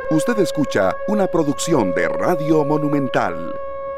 Usted escucha una producción de Radio Monumental.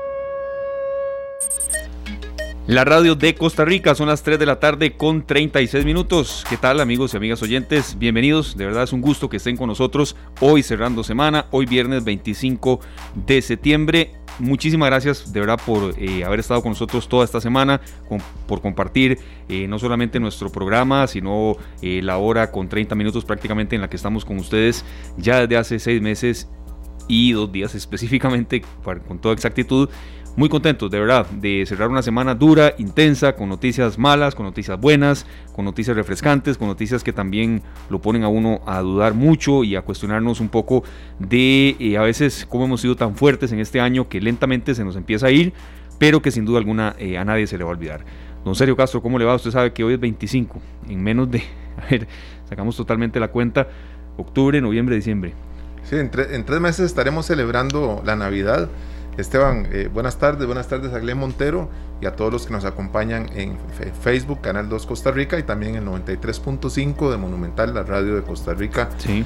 La radio de Costa Rica, son las 3 de la tarde con 36 minutos. ¿Qué tal, amigos y amigas oyentes? Bienvenidos, de verdad es un gusto que estén con nosotros hoy cerrando semana, hoy viernes 25 de septiembre. Muchísimas gracias de verdad por haber estado con nosotros toda esta semana, por compartir no solamente nuestro programa, sino la hora con 30 minutos prácticamente en la que estamos con ustedes ya desde hace 6 meses y 2 días específicamente, con toda exactitud. Muy contentos de verdad de cerrar una semana dura, intensa, con noticias malas, con noticias buenas, con noticias refrescantes, con noticias que también lo ponen a uno a dudar mucho y a cuestionarnos un poco de a veces cómo hemos sido tan fuertes en este año que lentamente se nos empieza a ir, pero que sin duda alguna a nadie se le va a olvidar. Don Sergio Castro, ¿cómo le va? Usted sabe que hoy es 25, en menos de, sacamos totalmente la cuenta, octubre, noviembre, diciembre. Sí, en 3 meses estaremos celebrando la Navidad. Esteban, buenas tardes a Glenn Montero y a todos los que nos acompañan en Facebook, Canal 2 Costa Rica, y también en 93.5 de Monumental, la radio de Costa Rica. Sí.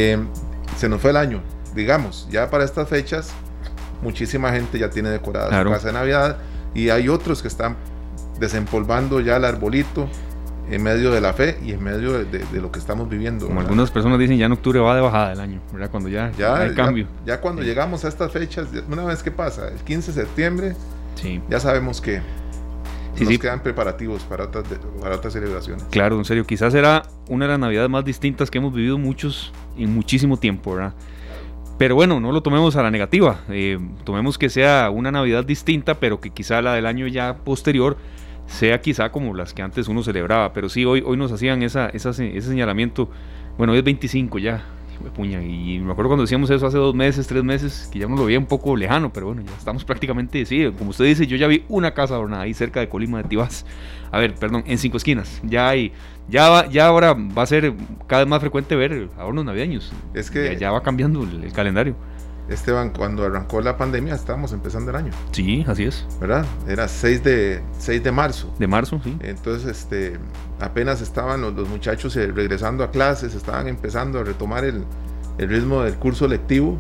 Se nos fue el año, digamos, ya para estas fechas muchísima gente ya tiene decorada su casa de Navidad, y hay otros que están desempolvando ya el arbolito en medio de la fe y en medio de lo que estamos viviendo. Como algunas personas dicen, ya en octubre va de bajada el año, ¿verdad? Cuando ya hay cambio. Ya cuando llegamos a estas fechas, una vez que pasa, el 15 de septiembre, sí, ya sabemos que nos quedan preparativos para otras celebraciones. Claro, en serio, quizás será una de las navidades más distintas que hemos vivido muchos en muchísimo tiempo, ¿verdad? Pero bueno, no lo tomemos a la negativa, tomemos que sea una Navidad distinta, pero que quizá la del año ya posterior sea quizá como las que antes uno celebraba. Pero sí, hoy nos hacían ese señalamiento. Bueno, hoy es 25 ya, puña, y me acuerdo cuando decíamos eso hace 2 meses, 3 meses, que ya uno lo veía un poco lejano, pero bueno, ya estamos prácticamente, sí, como usted dice, yo ya vi una casa adornada ahí cerca de Colima de Tibás, en 5 esquinas, ya ahora va a ser cada vez más frecuente ver adornos navideños. Es que ya va cambiando el calendario. Esteban, cuando arrancó la pandemia estábamos empezando el año. Sí, así es. ¿Verdad? Era 6 de marzo. De marzo, sí. Entonces, apenas estaban los muchachos regresando a clases, estaban empezando a retomar el ritmo del curso lectivo,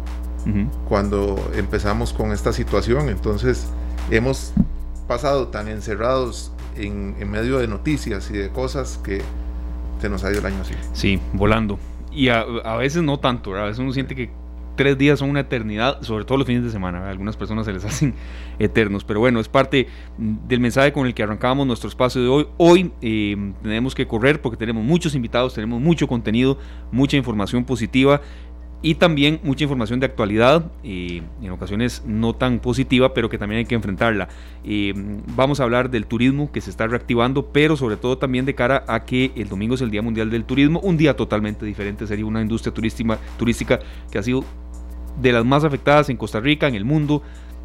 cuando empezamos con esta situación. Entonces, hemos pasado tan encerrados en medio de noticias y de cosas que se nos ha ido el año así. Sí, volando. Y a veces no tanto, ¿verdad? A veces uno siente que 3 días son una eternidad, sobre todo los fines de semana, ¿verdad? Algunas personas se les hacen eternos, pero bueno, es parte del mensaje con el que arrancábamos nuestro espacio de hoy. Hoy tenemos que correr porque tenemos muchos invitados, tenemos mucho contenido, mucha información positiva y también mucha información de actualidad, en ocasiones no tan positiva, pero que también hay que enfrentarla. Vamos a hablar del turismo que se está reactivando, pero sobre todo también de cara a que el domingo es el Día Mundial del Turismo, un día totalmente diferente, sería una industria turística que ha sido de las más afectadas en Costa Rica, en el mundo,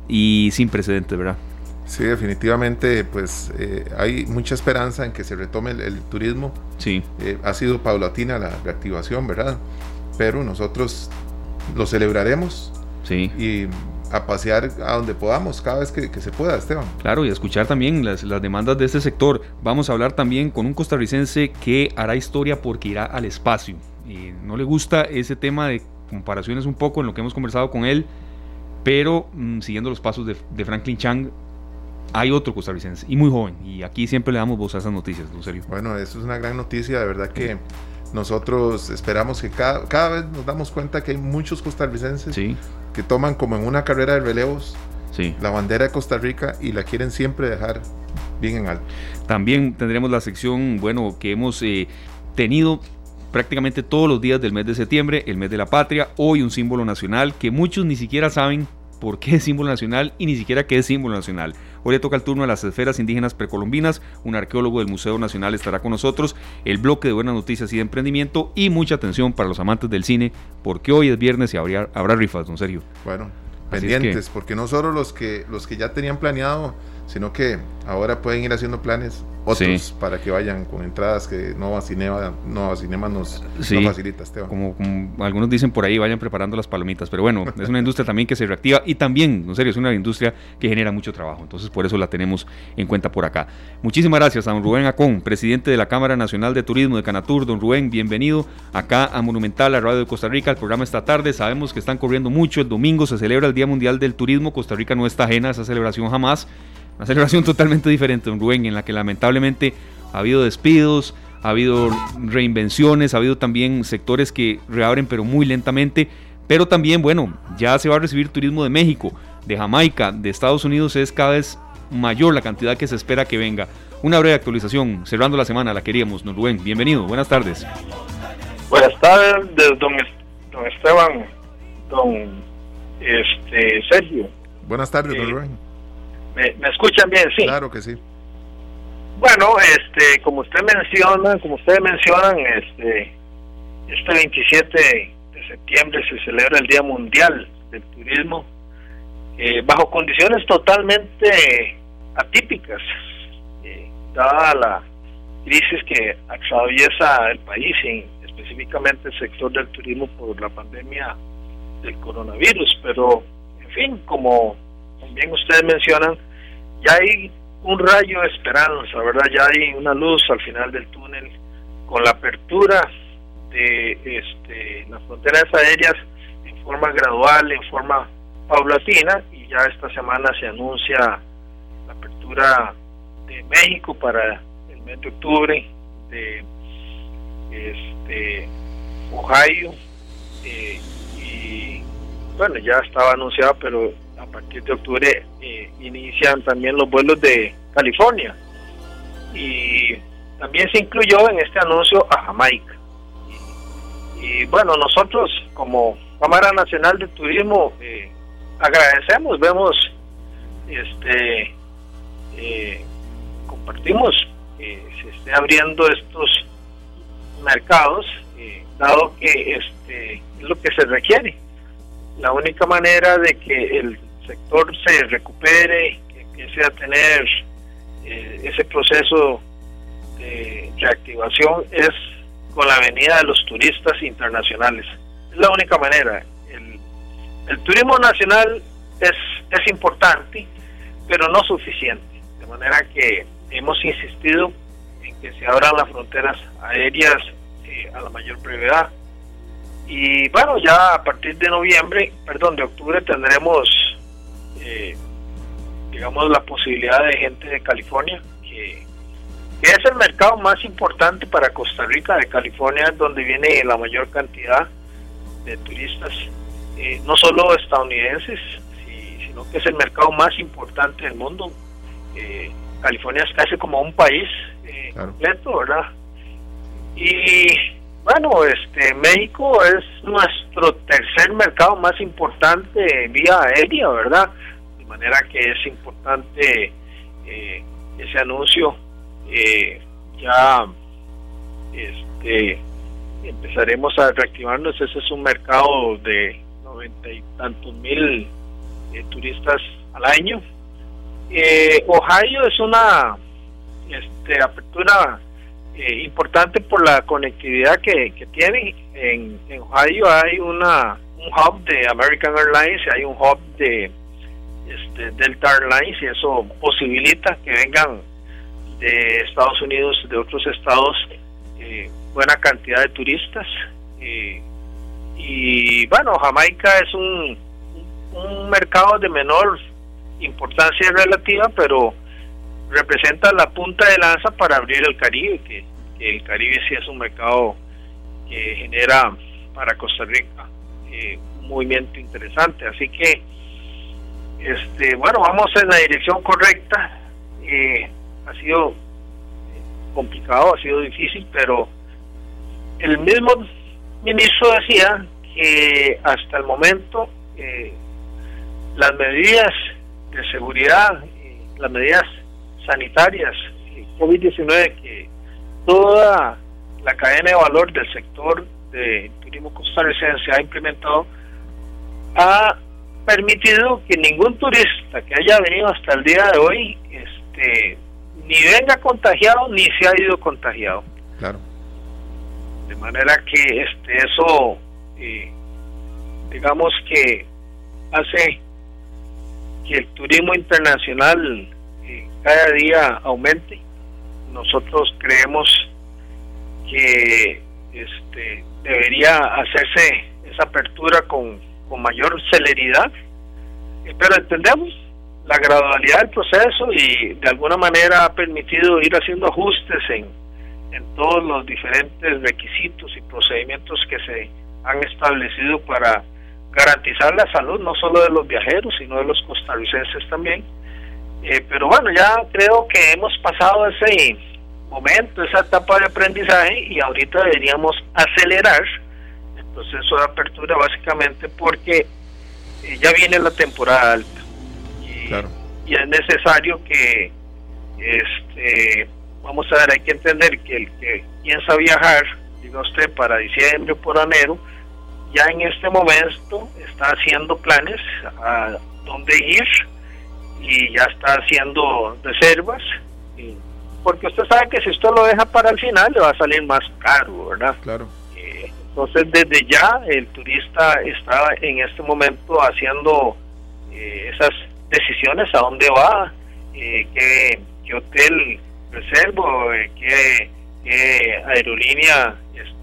y sin precedentes, ¿verdad? Sí, definitivamente, pues hay mucha esperanza en que se retome el turismo. Sí. Ha sido paulatina la reactivación, ¿verdad? Pero nosotros lo celebraremos. Sí. Y a pasear a donde podamos cada vez que se pueda, Esteban. Claro, y a escuchar también las demandas de este sector. Vamos a hablar también con un costarricense que hará historia porque irá al espacio. No le gusta ese tema de comparaciones un poco en lo que hemos conversado con él, pero siguiendo los pasos de Franklin Chang, hay otro costarricense y muy joven, y aquí siempre le damos voz a esas noticias, en serio. Bueno, eso es una gran noticia, de verdad que nosotros esperamos que cada vez nos damos cuenta que hay muchos costarricenses que toman como en una carrera de relevos la bandera de Costa Rica y la quieren siempre dejar bien en alto. También tendremos la sección, que hemos tenido prácticamente todos los días del mes de septiembre, el mes de la patria, hoy un símbolo nacional que muchos ni siquiera saben por qué es símbolo nacional y ni siquiera qué es símbolo nacional. Hoy le toca el turno a las esferas indígenas precolombinas, un arqueólogo del Museo Nacional estará con nosotros, el bloque de buenas noticias y de emprendimiento, y mucha atención para los amantes del cine, porque hoy es viernes y habrá rifas, don Sergio. Bueno, pendientes, porque no solo los que ya tenían planeado sino que ahora pueden ir haciendo planes otros para que vayan con entradas que Nova Cinema nos facilita, Esteban. Como algunos dicen por ahí, vayan preparando las palomitas, pero bueno, es una industria también que se reactiva y también, en serio, es una industria que genera mucho trabajo, entonces por eso la tenemos en cuenta por acá. Muchísimas gracias a don Rubén Acón, presidente de la Cámara Nacional de Turismo de Canatur. Don Rubén, bienvenido acá a Monumental, la radio de Costa Rica, el programa esta tarde. Sabemos que están corriendo mucho, el domingo se celebra el Día Mundial del Turismo, Costa Rica no está ajena a esa celebración jamás. Una celebración totalmente diferente, don Rubén, en la que lamentablemente ha habido despidos, ha habido reinvenciones, ha habido también sectores que reabren pero muy lentamente, pero también, bueno, ya se va a recibir turismo de México, de Jamaica, de Estados Unidos. Es cada vez mayor la cantidad que se espera que venga. Una breve actualización, cerrando la semana, la queríamos, don Rubén, bienvenido, buenas tardes. Buenas tardes, don Esteban, don Sergio. Buenas tardes, don Rubén. ¿Me escuchan bien? Sí. Claro que sí. Bueno, como ustedes mencionan, este 27 de septiembre se celebra el Día Mundial del Turismo, bajo condiciones totalmente atípicas, dada la crisis que atraviesa el país, y específicamente el sector del turismo por la pandemia del coronavirus. Pero, en fin, como también ustedes mencionan, ya hay un rayo de esperanza, ¿verdad? Ya hay una luz al final del túnel con la apertura de las fronteras aéreas en forma gradual, en forma paulatina, y ya esta semana se anuncia la apertura de México para el mes de octubre, de Ohio, y bueno, ya estaba anunciado, pero a partir de octubre inician también los vuelos de California, y también se incluyó en este anuncio a Jamaica. Y bueno, nosotros como Cámara Nacional de Turismo agradecemos, vemos, compartimos se esté abriendo estos mercados, dado que es lo que se requiere. La única manera de que el sector se recupere, que empiece a tener ese proceso de reactivación, es con la venida de los turistas internacionales. Es la única manera. El turismo nacional es importante, pero no suficiente, de manera que hemos insistido en que se abran las fronteras aéreas a la mayor brevedad. Y bueno, ya a partir de octubre tendremos digamos la posibilidad de gente de California, que es el mercado más importante para Costa Rica. De California es donde viene la mayor cantidad de turistas, no solo estadounidenses, sino que es el mercado más importante del mundo. California es casi como un país completo, ¿verdad? Y bueno, México es nuestro tercer mercado más importante vía aérea, ¿verdad? De manera que es importante ese anuncio. Ya empezaremos a reactivarnos. Ese es un mercado de 90 y tantos mil turistas al año. Ohio es una apertura importante por la conectividad que tiene. En Ohio hay un hub de American Airlines, hay un hub de Delta Airlines, y eso posibilita que vengan de Estados Unidos, de otros estados, buena cantidad de turistas. Y bueno, Jamaica es un mercado de menor importancia relativa, pero representa la punta de lanza para abrir el Caribe, que el Caribe sí es un mercado que genera para Costa Rica un movimiento interesante. Así que bueno, vamos en la dirección correcta. Ha sido complicado, ha sido difícil, pero el mismo ministro decía que hasta el momento las medidas de seguridad, las medidas sanitarias, COVID-19, que toda la cadena de valor del sector de turismo costarricense ha implementado, ha permitido que ningún turista que haya venido hasta el día de hoy ni venga contagiado ni se ha ido contagiado. Claro. De manera que eso digamos que hace que el turismo internacional cada día aumente. Nosotros creemos que debería hacerse esa apertura con mayor celeridad, pero entendemos la gradualidad del proceso y de alguna manera ha permitido ir haciendo ajustes en todos los diferentes requisitos y procedimientos que se han establecido para garantizar la salud no solo de los viajeros sino de los costarricenses también. Pero bueno, ya creo que hemos pasado ese momento, esa etapa de aprendizaje, y ahorita deberíamos acelerar el proceso de apertura, básicamente porque ya viene la temporada alta y es necesario que vamos a ver, hay que entender que el que piensa viajar, diga usted, para diciembre o por enero, ya en este momento está haciendo planes a dónde ir y ya está haciendo reservas, porque usted sabe que si usted lo deja para el final le va a salir más caro, ¿verdad? Claro. Entonces desde ya el turista está en este momento haciendo esas decisiones, a dónde va, qué hotel reservo, qué aerolínea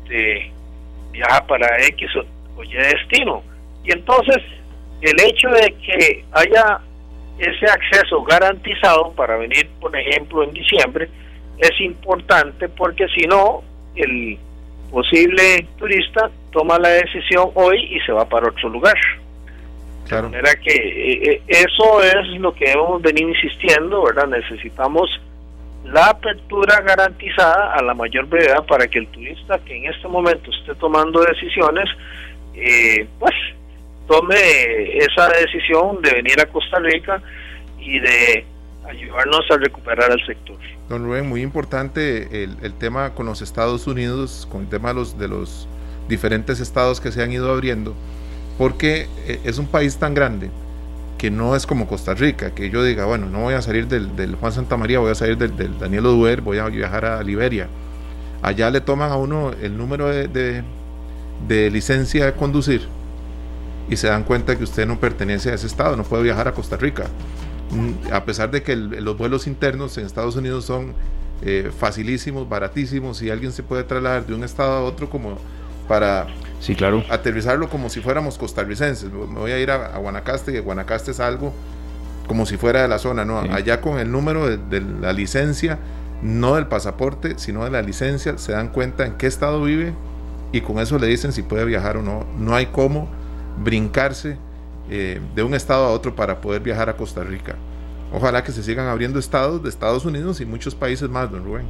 viaja para X o Y destino. Y entonces el hecho de que haya ese acceso garantizado para venir, por ejemplo, en diciembre, es importante, porque si no, el posible turista toma la decisión hoy y se va para otro lugar. Claro. De manera que eso es lo que hemos venido insistiendo, ¿verdad? Necesitamos la apertura garantizada a la mayor brevedad para que el turista que en este momento esté tomando decisiones, pues tome esa decisión de venir a Costa Rica y de ayudarnos a recuperar el sector. Don Rubén, muy importante el tema con los Estados Unidos, con el tema de los diferentes estados que se han ido abriendo, porque es un país tan grande que no es como Costa Rica, que yo diga, bueno, no voy a salir del Juan Santamaría, voy a salir del Daniel Oduber, voy a viajar a Liberia. Allá le toman a uno el número de licencia de conducir y se dan cuenta que usted no pertenece a ese estado, no puede viajar a Costa Rica, a pesar de que los vuelos internos en Estados Unidos son facilísimos, baratísimos, y alguien se puede trasladar de un estado a otro como para aterrizarlo como si fuéramos costarricenses. Me voy a ir a Guanacaste, y de Guanacaste salgo como si fuera de la zona, ¿no? Sí. Allá con el número de la licencia, no del pasaporte, sino de la licencia, se dan cuenta en qué estado vive y con eso le dicen si puede viajar o no. No hay cómo brincarse de un estado a otro para poder viajar a Costa Rica. Ojalá que se sigan abriendo estados de Estados Unidos y muchos países más, don Rubén.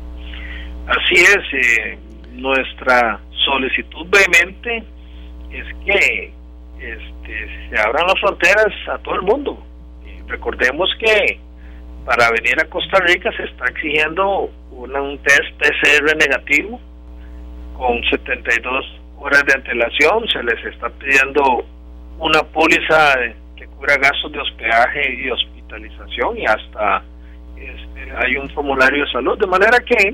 Así es, nuestra solicitud vehemente es que se abran las fronteras a todo el mundo. Recordemos que para venir a Costa Rica se está exigiendo un test PCR negativo con 72 horas de antelación, se les está pidiendo una póliza que cubra gastos de hospedaje y hospitalización, y hasta hay un formulario de salud, de manera que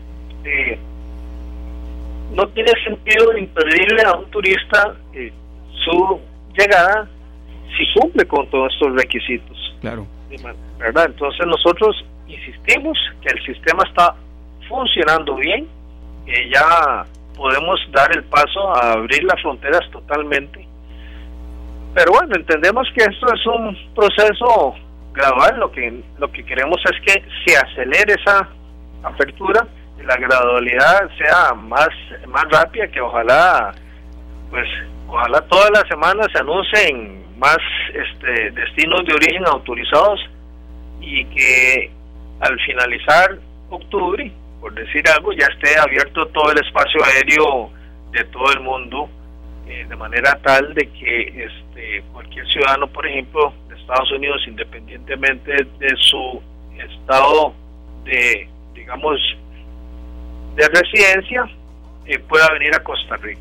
no tiene sentido impedirle a un turista su llegada si cumple con todos estos requisitos. Claro. ¿Verdad? Entonces nosotros insistimos que el sistema está funcionando bien, que ya podemos dar el paso a abrir las fronteras totalmente. Pero bueno, entendemos que esto es un proceso gradual. Lo que queremos es que se acelere esa apertura, que la gradualidad sea más rápida, que ojalá todas las semanas se anuncien más destinos de origen autorizados, y que al finalizar octubre, por decir algo, ya esté abierto todo el espacio aéreo de todo el mundo, de manera tal de que cualquier ciudadano, por ejemplo, de Estados Unidos, independientemente de su estado de residencia, pueda venir a Costa Rica.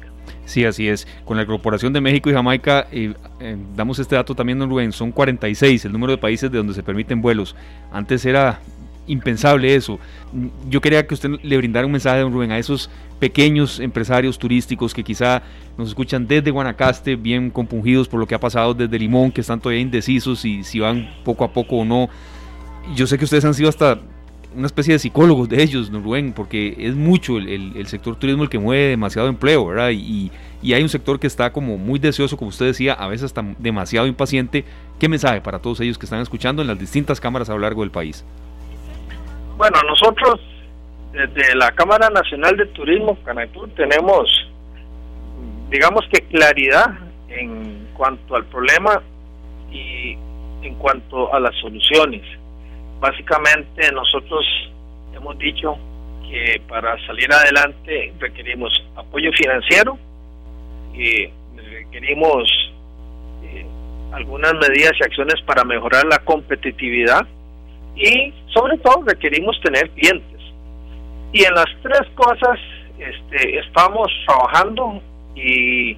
Sí, así es. Con la incorporación de México y Jamaica, damos este dato también, don Rubén, son 46 el número de países de donde se permiten vuelos. Antes era impensable eso. Yo quería que usted le brindara un mensaje, don Rubén, a esos pequeños empresarios turísticos que quizá nos escuchan desde Guanacaste, bien compungidos por lo que ha pasado, desde Limón, que están todavía indecisos si van poco a poco o no. Yo sé que ustedes han sido hasta una especie de psicólogos de ellos, don Rubén, porque es mucho el sector turismo el que mueve demasiado empleo, ¿verdad? Y hay un sector que está como muy deseoso, como usted decía, a veces hasta demasiado impaciente. ¿Qué mensaje para todos ellos que están escuchando en las distintas cámaras a lo largo del país? Bueno, nosotros desde la Cámara Nacional de Turismo, Canatur, tenemos, digamos que claridad en cuanto al problema y en cuanto a las soluciones. Básicamente nosotros hemos dicho que para salir adelante requerimos apoyo financiero, requerimos algunas medidas y acciones para mejorar la competitividad y sobre todo requerimos tener clientes. Y en las tres cosas estamos trabajando y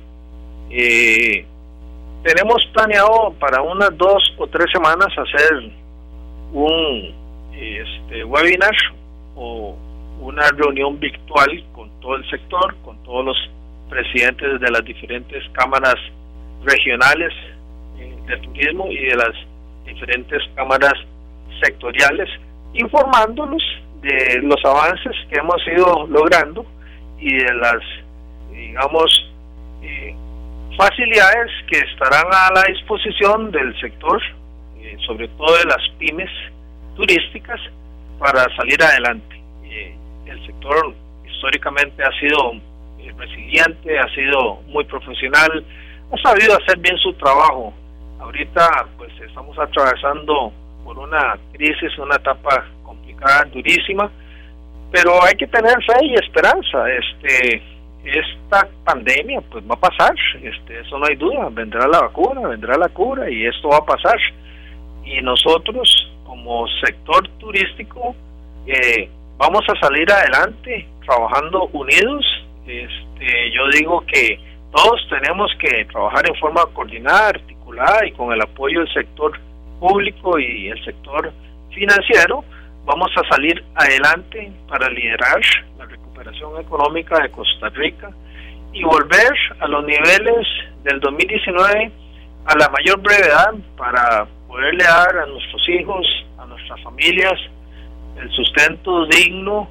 tenemos planeado para unas 2 o 3 semanas hacer un webinar o una reunión virtual con todo el sector, con todos los presidentes de las diferentes cámaras regionales de turismo y de las diferentes cámaras sectoriales, informándolos de los avances que hemos ido logrando y de las, digamos, facilidades que estarán a la disposición del sector, sobre todo de las pymes turísticas, para salir adelante. El sector históricamente ha sido resiliente, ha sido muy profesional, ha sabido hacer bien su trabajo. Ahorita pues estamos atravesando por una crisis, una etapa complicada, durísima, pero hay que tener fe y esperanza. Esta pandemia pues va a pasar, eso no hay duda, vendrá la vacuna, vendrá la cura y esto va a pasar. Y nosotros como sector turístico vamos a salir adelante trabajando unidos. Yo digo que todos tenemos que trabajar en forma coordinada, articulada y con el apoyo del sector público y el sector financiero. Vamos a salir adelante para liderar la recuperación económica de Costa Rica y volver a los niveles del 2019 a la mayor brevedad para poderle dar a nuestros hijos, a nuestras familias, el sustento digno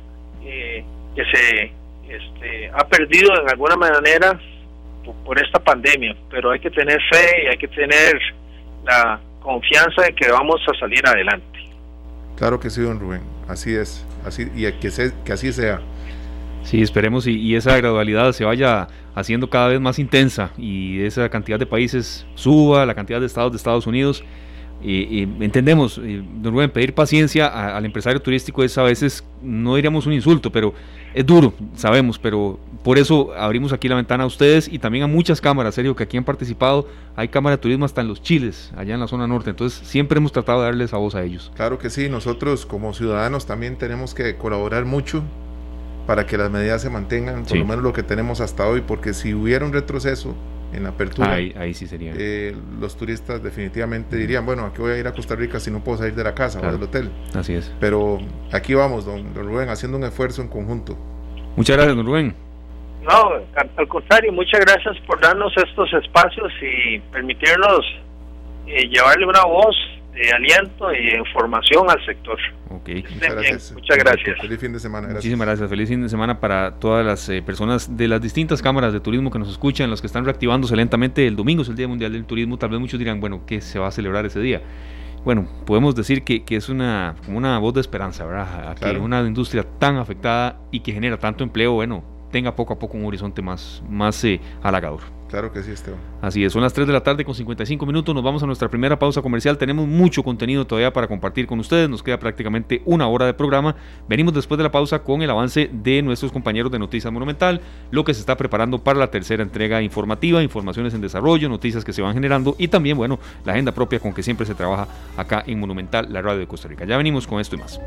que se ha perdido en alguna manera por esta pandemia. Pero hay que tener fe y hay que tener la confianza de que vamos a salir adelante. Claro que sí, don Rubén, así es, así, y que así sea. Sí, esperemos y esa gradualidad se vaya haciendo cada vez más intensa y esa cantidad de países suba, la cantidad de estados de Estados Unidos. Entendemos, don Rubén, pedir paciencia al empresario turístico es a veces, no diríamos un insulto, pero es duro, sabemos, pero por eso abrimos aquí la ventana a ustedes y también a muchas cámaras, serio, que aquí han participado. Hay cámara de turismo hasta en Los Chiles, allá en la zona norte, entonces siempre hemos tratado de darles a voz a ellos. Claro que sí, nosotros como ciudadanos también tenemos que colaborar mucho para que las medidas se mantengan, por lo menos lo que tenemos hasta hoy, porque si hubiera un retroceso en la apertura, ahí sí sería. Los turistas definitivamente dirían, bueno, ¿a qué voy a ir a Costa Rica si no puedo salir de la casa o del hotel? Así es. Pero aquí vamos, don Rubén, haciendo un esfuerzo en conjunto. Muchas gracias, don Rubén. No, al contrario, muchas gracias por darnos estos espacios y permitirnos llevarle una voz de aliento y de información al sector. Okay. Muchas gracias. Feliz fin de semana. Gracias. Muchísimas gracias. Feliz fin de semana para todas las personas de las distintas cámaras de turismo que nos escuchan, las que están reactivándose lentamente. El domingo es el Día Mundial del Turismo. Tal vez muchos dirán, bueno, ¿qué se va a celebrar ese día? Bueno, podemos decir que es como una voz de esperanza, ¿verdad? A que una industria tan afectada y que genera tanto empleo, bueno, tenga poco a poco un horizonte más halagador. Claro que sí, Esteban. Así es, son las 3 de la tarde con 55 minutos, nos vamos a nuestra primera pausa comercial, tenemos mucho contenido todavía para compartir con ustedes, nos queda prácticamente una hora de programa, venimos después de la pausa con el avance de nuestros compañeros de Noticias Monumental, lo que se está preparando para la tercera entrega informativa, informaciones en desarrollo, noticias que se van generando y también, bueno, la agenda propia con que siempre se trabaja acá en Monumental, la radio de Costa Rica. Ya venimos con esto y más.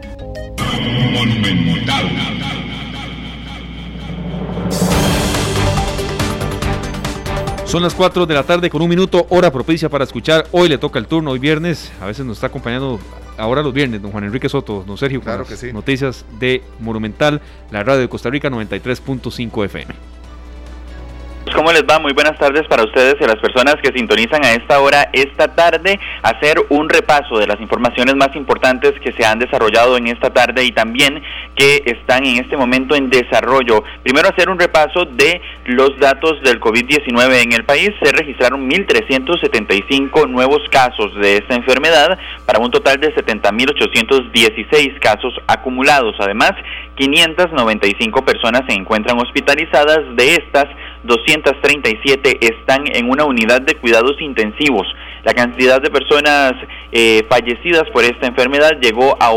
Son las 4 de la tarde con 1 minuto, hora propicia para escuchar. Hoy le toca el turno, hoy viernes. A veces nos está acompañando ahora los viernes don Juan Enrique Soto, don Sergio, claro con que las sí. Noticias de Monumental, la radio de Costa Rica, 93.5 FM. ¿Cómo les va? Muy buenas tardes para ustedes y a las personas que sintonizan a esta hora, esta tarde, hacer un repaso de las informaciones más importantes que se han desarrollado en esta tarde y también que están en este momento en desarrollo. Primero, hacer un repaso de los datos del COVID-19 en el país. Se registraron 1.375 nuevos casos de esta enfermedad para un total de 70.816 casos acumulados. Además, 595 personas se encuentran hospitalizadas. De estas, 237 están en una unidad de cuidados intensivos. La cantidad de personas fallecidas por esta enfermedad llegó a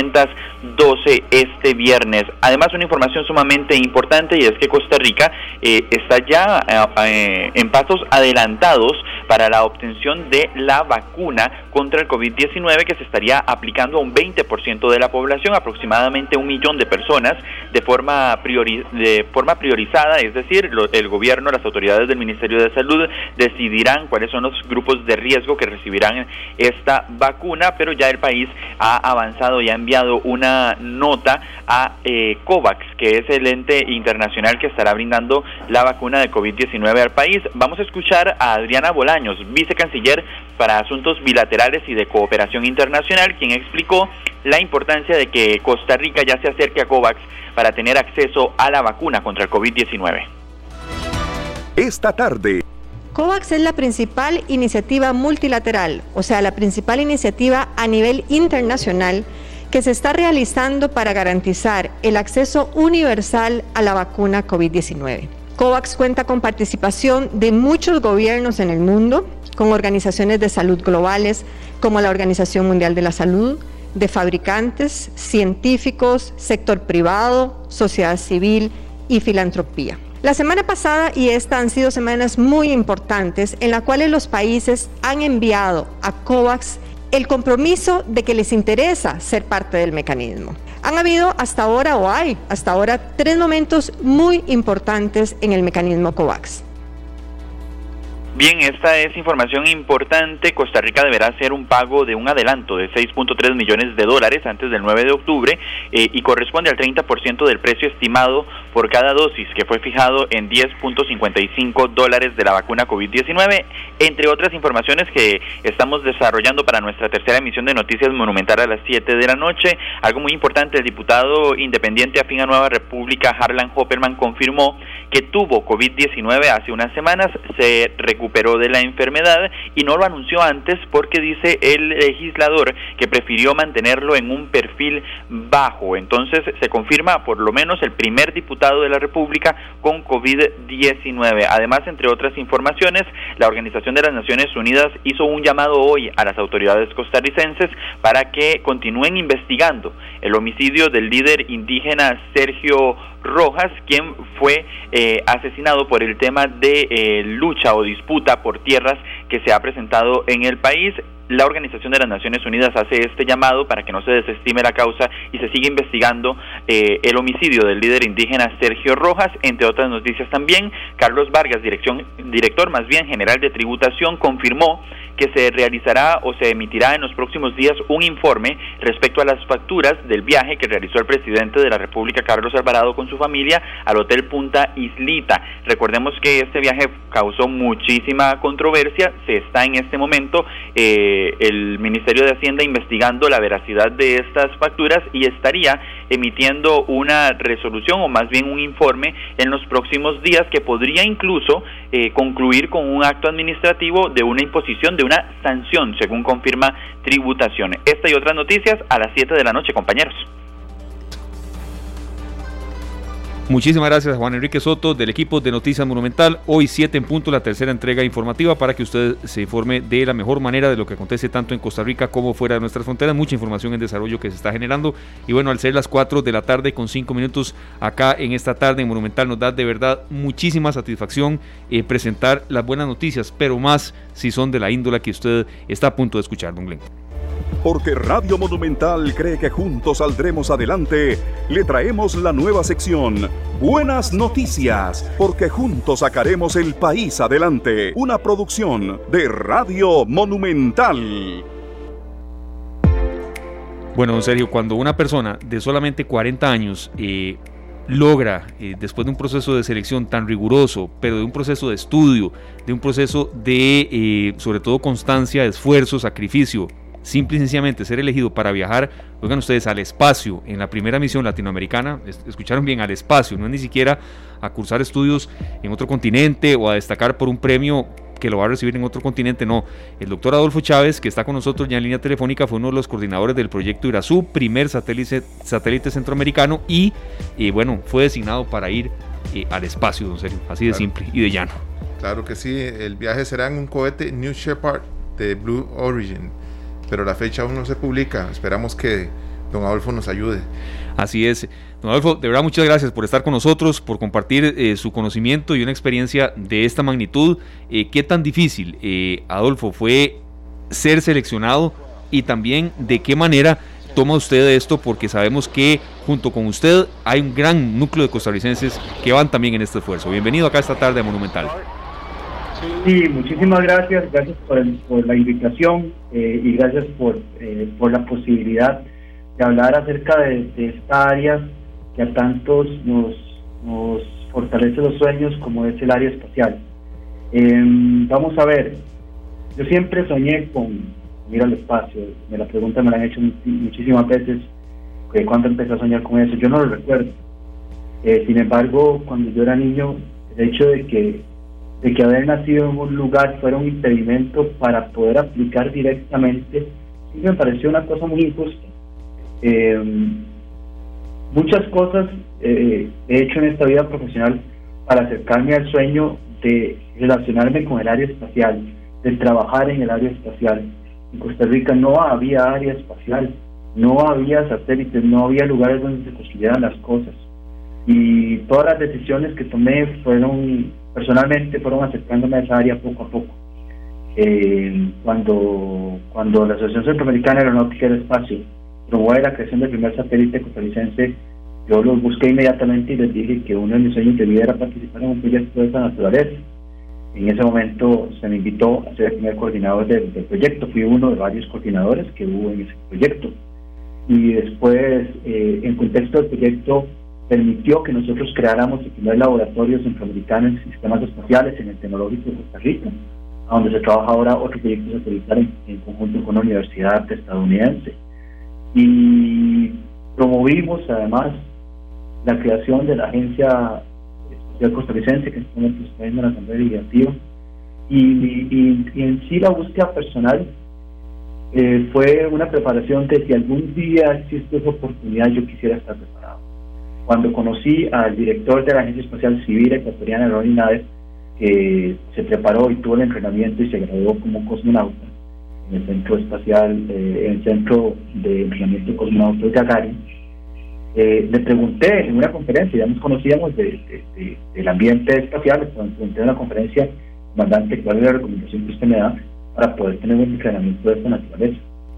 812 este viernes. Además, una información sumamente importante, y es que Costa Rica está ya en pasos adelantados para la obtención de la vacuna contra el COVID-19, que se estaría aplicando a un 20% de la población, aproximadamente 1 millón de personas, de forma priorizada, es decir, el gobierno, las autoridades del Ministerio de Salud decidirán cuáles son los grupos de riesgo que recibirán esta vacuna, pero ya el país ha avanzado y ha enviado una nota a COVAX, que es el ente internacional que estará brindando la vacuna de COVID-19 al país. Vamos a escuchar a Adriana Bolaños, vicecanciller para Asuntos Bilaterales y de Cooperación Internacional, quien explicó la importancia de que Costa Rica ya se acerque a COVAX para tener acceso a la vacuna contra el COVID-19. Esta tarde. COVAX es la principal iniciativa multilateral, o sea, la principal iniciativa a nivel internacional que se está realizando para garantizar el acceso universal a la vacuna COVID-19. COVAX cuenta con participación de muchos gobiernos en el mundo, con organizaciones de salud globales como la Organización Mundial de la Salud, de fabricantes, científicos, sector privado, sociedad civil y filantropía. La semana pasada y esta han sido semanas muy importantes en las cuales los países han enviado a COVAX el compromiso de que les interesa ser parte del mecanismo. Han habido hasta ahora 3 momentos muy importantes en el mecanismo COVAX. Bien, esta es información importante. Costa Rica deberá hacer un pago de un adelanto de $6.3 millones antes del 9 de octubre y corresponde al 30% del precio estimado por cada dosis, que fue fijado en $10.55 de la vacuna COVID-19, entre otras informaciones que estamos desarrollando para nuestra tercera emisión de Noticias Monumental a las 7 de la noche. Algo muy importante, el diputado independiente afín a Nueva República, Harlan Hopperman, confirmó que tuvo COVID-19 hace unas semanas, se recuperó de la enfermedad y no lo anunció antes porque dice el legislador que prefirió mantenerlo en un perfil bajo. Entonces se confirma por lo menos el primer diputado de la República con COVID-19. Además, entre otras informaciones, la Organización de las Naciones Unidas hizo un llamado hoy a las autoridades costarricenses para que continúen investigando el homicidio del líder indígena Sergio Rojas, quien fue asesinado por el tema de lucha o disputa por tierras que se ha presentado en el país. La Organización de las Naciones Unidas hace este llamado para que no se desestime la causa y se siga investigando el homicidio del líder indígena Sergio Rojas. Entre otras noticias también, Carlos Vargas, director general de tributación, confirmó que se realizará o se emitirá en los próximos días un informe respecto a las facturas del viaje que realizó el presidente de la República, Carlos Alvarado, con su familia al Hotel Punta Islita. Recordemos que este viaje causó muchísima controversia. Se está en este momento el Ministerio de Hacienda investigando la veracidad de estas facturas y estaría emitiendo una resolución o más bien un informe en los próximos días que podría incluso concluir con un acto administrativo de una imposición de una sanción, según confirma Tributación. Esta y otras noticias a las 7 de la noche, compañeros. Muchísimas gracias, Juan Enrique Soto, del equipo de Noticias Monumental. Hoy 7 en punto, la tercera entrega informativa para que usted se informe de la mejor manera de lo que acontece tanto en Costa Rica como fuera de nuestras fronteras. Mucha información en desarrollo que se está generando. Y bueno, al ser las 4 de la tarde con 5 minutos acá en esta tarde en Monumental, nos da de verdad muchísima satisfacción presentar las buenas noticias, pero más si son de la índole que usted está a punto de escuchar, don Glenn. Porque Radio Monumental cree que juntos saldremos adelante, le traemos la nueva sección Buenas Noticias, porque juntos sacaremos el país adelante. Una producción de Radio Monumental. Bueno, don Sergio, cuando una persona de solamente 40 años logra, después de un proceso de selección tan riguroso, pero de un proceso de estudio, de un proceso de, sobre todo, constancia, esfuerzo, sacrificio, simple y sencillamente ser elegido para viajar, oigan ustedes, al espacio, en la primera misión latinoamericana, escucharon bien, al espacio, no es ni siquiera a cursar estudios en otro continente o a destacar por un premio que lo va a recibir en otro continente, no. El doctor Adolfo Chávez, que está con nosotros ya en línea telefónica, fue uno de los coordinadores del proyecto Irazú, primer satélite centroamericano, y bueno, fue designado para ir al espacio, don Sergio, así de simple y de llano. Claro que sí, el viaje será en un cohete New Shepard de Blue Origin, pero la fecha aún no se publica. Esperamos que don Adolfo nos ayude. Así es. Don Adolfo, de verdad muchas gracias por estar con nosotros, por compartir su conocimiento y una experiencia de esta magnitud. ¿Qué tan difícil, Adolfo, fue ser seleccionado, y también de qué manera toma usted esto? Porque sabemos que junto con usted hay un gran núcleo de costarricenses que van también en este esfuerzo. Bienvenido acá esta tarde a Monumental. Sí, muchísimas gracias por la invitación y gracias por la posibilidad de hablar acerca de esta área que a tantos nos fortalece los sueños, como es el área espacial. Vamos a ver, yo siempre soñé con ir al espacio. La pregunta me la han hecho muchísimas veces, ¿cuándo empecé a soñar con eso? Yo no lo recuerdo. Sin embargo, cuando yo era niño, el hecho de que haber nacido en un lugar fuera un impedimento para poder aplicar directamente, sí me pareció una cosa muy injusta. Muchas cosas he hecho en esta vida profesional para acercarme al sueño de relacionarme con el área espacial, de trabajar en el área espacial. En Costa Rica no había área espacial, no había satélites, no había lugares donde se construyeran las cosas, y todas las decisiones que tomé personalmente fueron acercándome a esa área poco a poco. Cuando la Asociación Centroamericana de Aeronáutica y del Espacio promueve la creación del primer satélite costarricense, yo los busqué inmediatamente y les dije que uno de mis sueños de vida era participar en un proyecto de esa naturaleza. En ese momento se me invitó a ser el primer coordinador del proyecto. Fui uno de varios coordinadores que hubo en ese proyecto, y después, en contexto del proyecto, permitió que nosotros creáramos el primer laboratorio centroamericano en sistemas espaciales en el Tecnológico de Costa Rica, a donde se trabaja ahora otro proyecto satelital en conjunto con la Universidad Estadounidense. Y promovimos además la creación de la Agencia Espacial Costarricense, que en este momento está en la Asamblea Legislativa, y en sí la búsqueda personal fue una preparación de si algún día existe esa oportunidad, yo quisiera estar preparado. Cuando conocí al director de la Agencia Espacial Civil Ecuatoriana, Ronnie Nader, que se preparó y tuvo el entrenamiento y se graduó como cosmonauta en el Centro Espacial, en el Centro de Entrenamiento Cosmonauta de Gagarin, le pregunté en una conferencia, ya nos conocíamos del ambiente espacial, le pregunté en una conferencia, comandante, cuál es la recomendación que usted me da para poder tener un entrenamiento de esta naturaleza.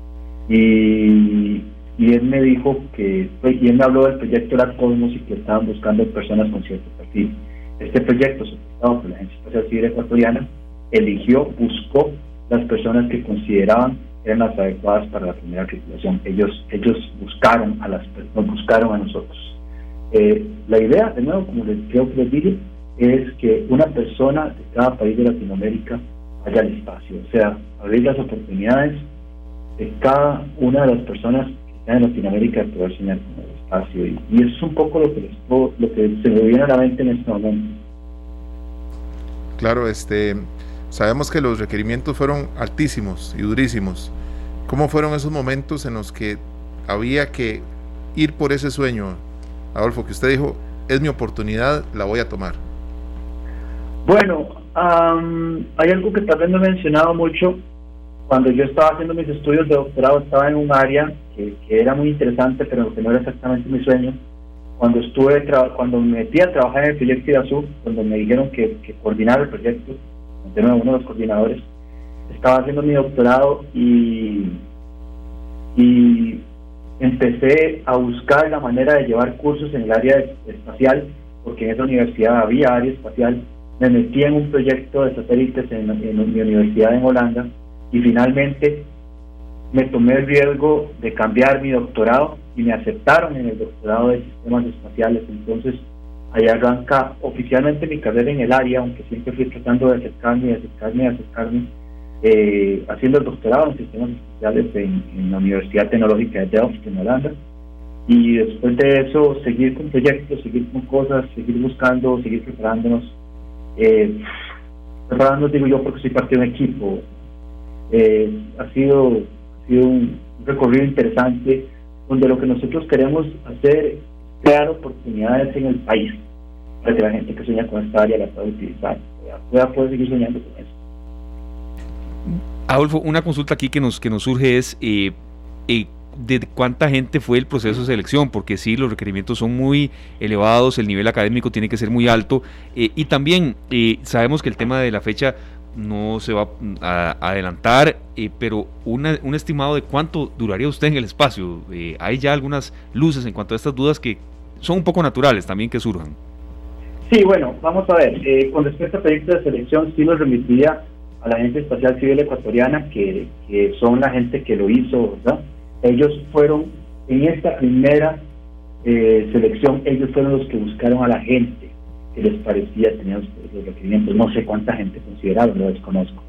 Y él me dijo y él me habló del proyecto La Cosmos y que estaban buscando personas con cierto perfil. Este proyecto, solicitado por la Agencia Espacial Civil Ecuatoriana, buscó las personas que consideraban eran las adecuadas para la primera tripulación. Ellos nos buscaron a nosotros. La idea, de nuevo, como creo que les dije, es que una persona de cada país de Latinoamérica vaya al espacio, o sea, abrir las oportunidades de cada una de las personas que están en Latinoamérica de poder soñar con el espacio, y eso es un poco lo que se me viene a la mente en este momento. Claro, sabemos que los requerimientos fueron altísimos y durísimos. ¿Cómo fueron esos momentos en los que había que ir por ese sueño, Adolfo, que usted dijo, es mi oportunidad, la voy a tomar? Bueno, hay algo que tal vez no he mencionado mucho. Cuando yo estaba haciendo mis estudios de doctorado, estaba en un área que era muy interesante, pero que no era exactamente mi sueño. Cuando me metí a trabajar en el proyecto Irazú, cuando me dijeron que coordinara el proyecto, de nuevo uno de los coordinadores, estaba haciendo mi doctorado y y empecé a buscar la manera de llevar cursos en el área espacial, porque en esa universidad había área espacial. Me metí en un proyecto de satélites en mi universidad en Holanda, y finalmente me tomé el riesgo de cambiar mi doctorado y me aceptaron en el doctorado de sistemas espaciales. Entonces ahí arranca oficialmente mi carrera en el área, aunque siempre fui tratando de acercarme, haciendo el doctorado en sistemas espaciales en la Universidad Tecnológica de Delft en Holanda. Y después de eso seguir con proyectos, seguir con cosas, seguir buscando, seguir preparándonos, digo yo, porque soy parte de un equipo. Ha sido un recorrido interesante, donde lo que nosotros queremos hacer es crear oportunidades en el país para que la gente que sueña con esta área la pueda utilizar, pueda poder seguir soñando con eso. Adolfo, una consulta aquí que nos surge es de cuánta gente fue el proceso de selección, porque sí, los requerimientos son muy elevados, el nivel académico tiene que ser muy alto, y también sabemos que el tema de la fecha no se va a adelantar, pero un estimado de cuánto duraría usted en el espacio. Hay ya algunas luces en cuanto a estas dudas que son un poco naturales también que surjan. Sí, bueno, vamos a ver, con respecto a proyectos de selección, sí los remitiría a la Agencia Espacial Civil Ecuatoriana, que son la gente que lo hizo, ¿verdad? Ellos fueron, en esta primera selección, ellos fueron los que buscaron a la gente que les parecía tener los requerimientos. No sé cuánta gente consideraron, lo desconozco.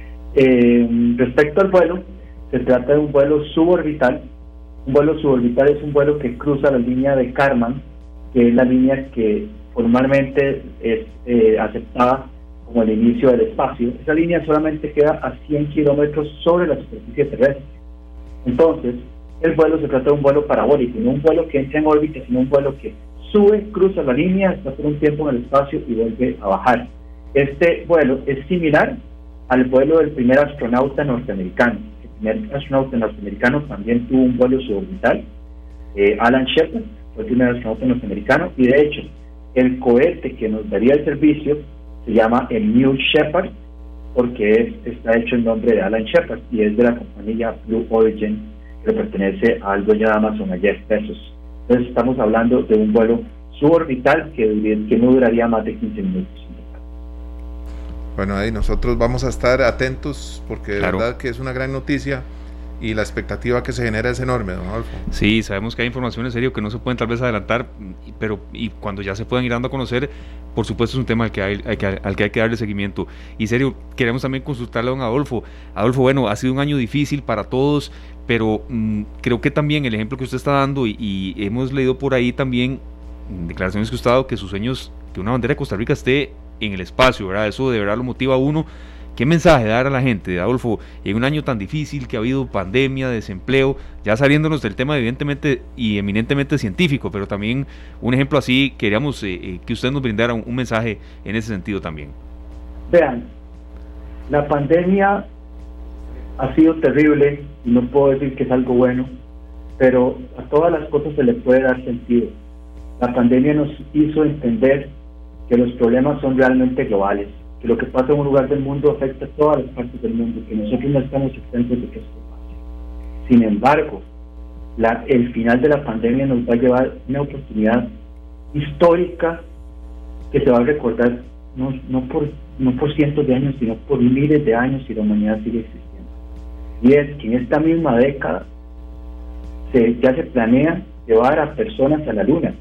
Respecto al vuelo, se trata de un vuelo suborbital. Un vuelo suborbital es un vuelo que cruza la línea de Kármán, que es la línea que formalmente es aceptada como el inicio del espacio. Esa línea solamente queda a 100 kilómetros sobre la superficie terrestre. Entonces, el vuelo se trata de un vuelo parabólico, no un vuelo que entra en órbita, sino un vuelo que sube, cruza la línea, está por un tiempo en el espacio y vuelve a bajar. Este vuelo es similar al vuelo del primer astronauta norteamericano. El primer astronauta norteamericano también tuvo un vuelo suborbital. Alan Shepard fue el primer astronauta norteamericano, y de hecho, el cohete que nos daría el servicio se llama el New Shepard, porque está hecho en nombre de Alan Shepard y es de la compañía Blue Origin, que pertenece al dueño de Amazon, a Jeff Bezos. Entonces estamos hablando de un vuelo suborbital que no duraría más de 15 minutos. Bueno, ahí nosotros vamos a estar atentos, porque de claro, verdad que es una gran noticia y la expectativa que se genera es enorme, don Adolfo. Sí, sabemos que hay información en serio que no se pueden tal vez adelantar, pero cuando ya se puedan ir dando a conocer, por supuesto es un tema al que hay que darle seguimiento. Y serio, queremos también consultarle a don Adolfo. Adolfo, bueno, ha sido un año difícil para todos, pero creo que también el ejemplo que usted está dando, y hemos leído por ahí también declaraciones que usted ha dado, que sus sueños, que una bandera de Costa Rica esté en el espacio, ¿verdad? Eso de verdad lo motiva a uno. ¿Qué mensaje dar a la gente, Adolfo, en un año tan difícil que ha habido pandemia, desempleo, ya saliéndonos del tema evidentemente y eminentemente científico, pero también un ejemplo así, queríamos que usted nos brindara un mensaje en ese sentido también? Vean, la pandemia ha sido terrible y no puedo decir que es algo bueno, pero a todas las cosas se le puede dar sentido. La pandemia nos hizo entender que los problemas son realmente globales, que lo que pasa en un lugar del mundo afecta a todas las partes del mundo, que nosotros no estamos exentos de que esto pase. Sin embargo, el final de la pandemia nos va a llevar una oportunidad histórica que se va a recordar no por cientos de años, sino por miles de años, si la humanidad sigue existiendo. Y es que en esta misma década ya se planea llevar a personas a la Luna,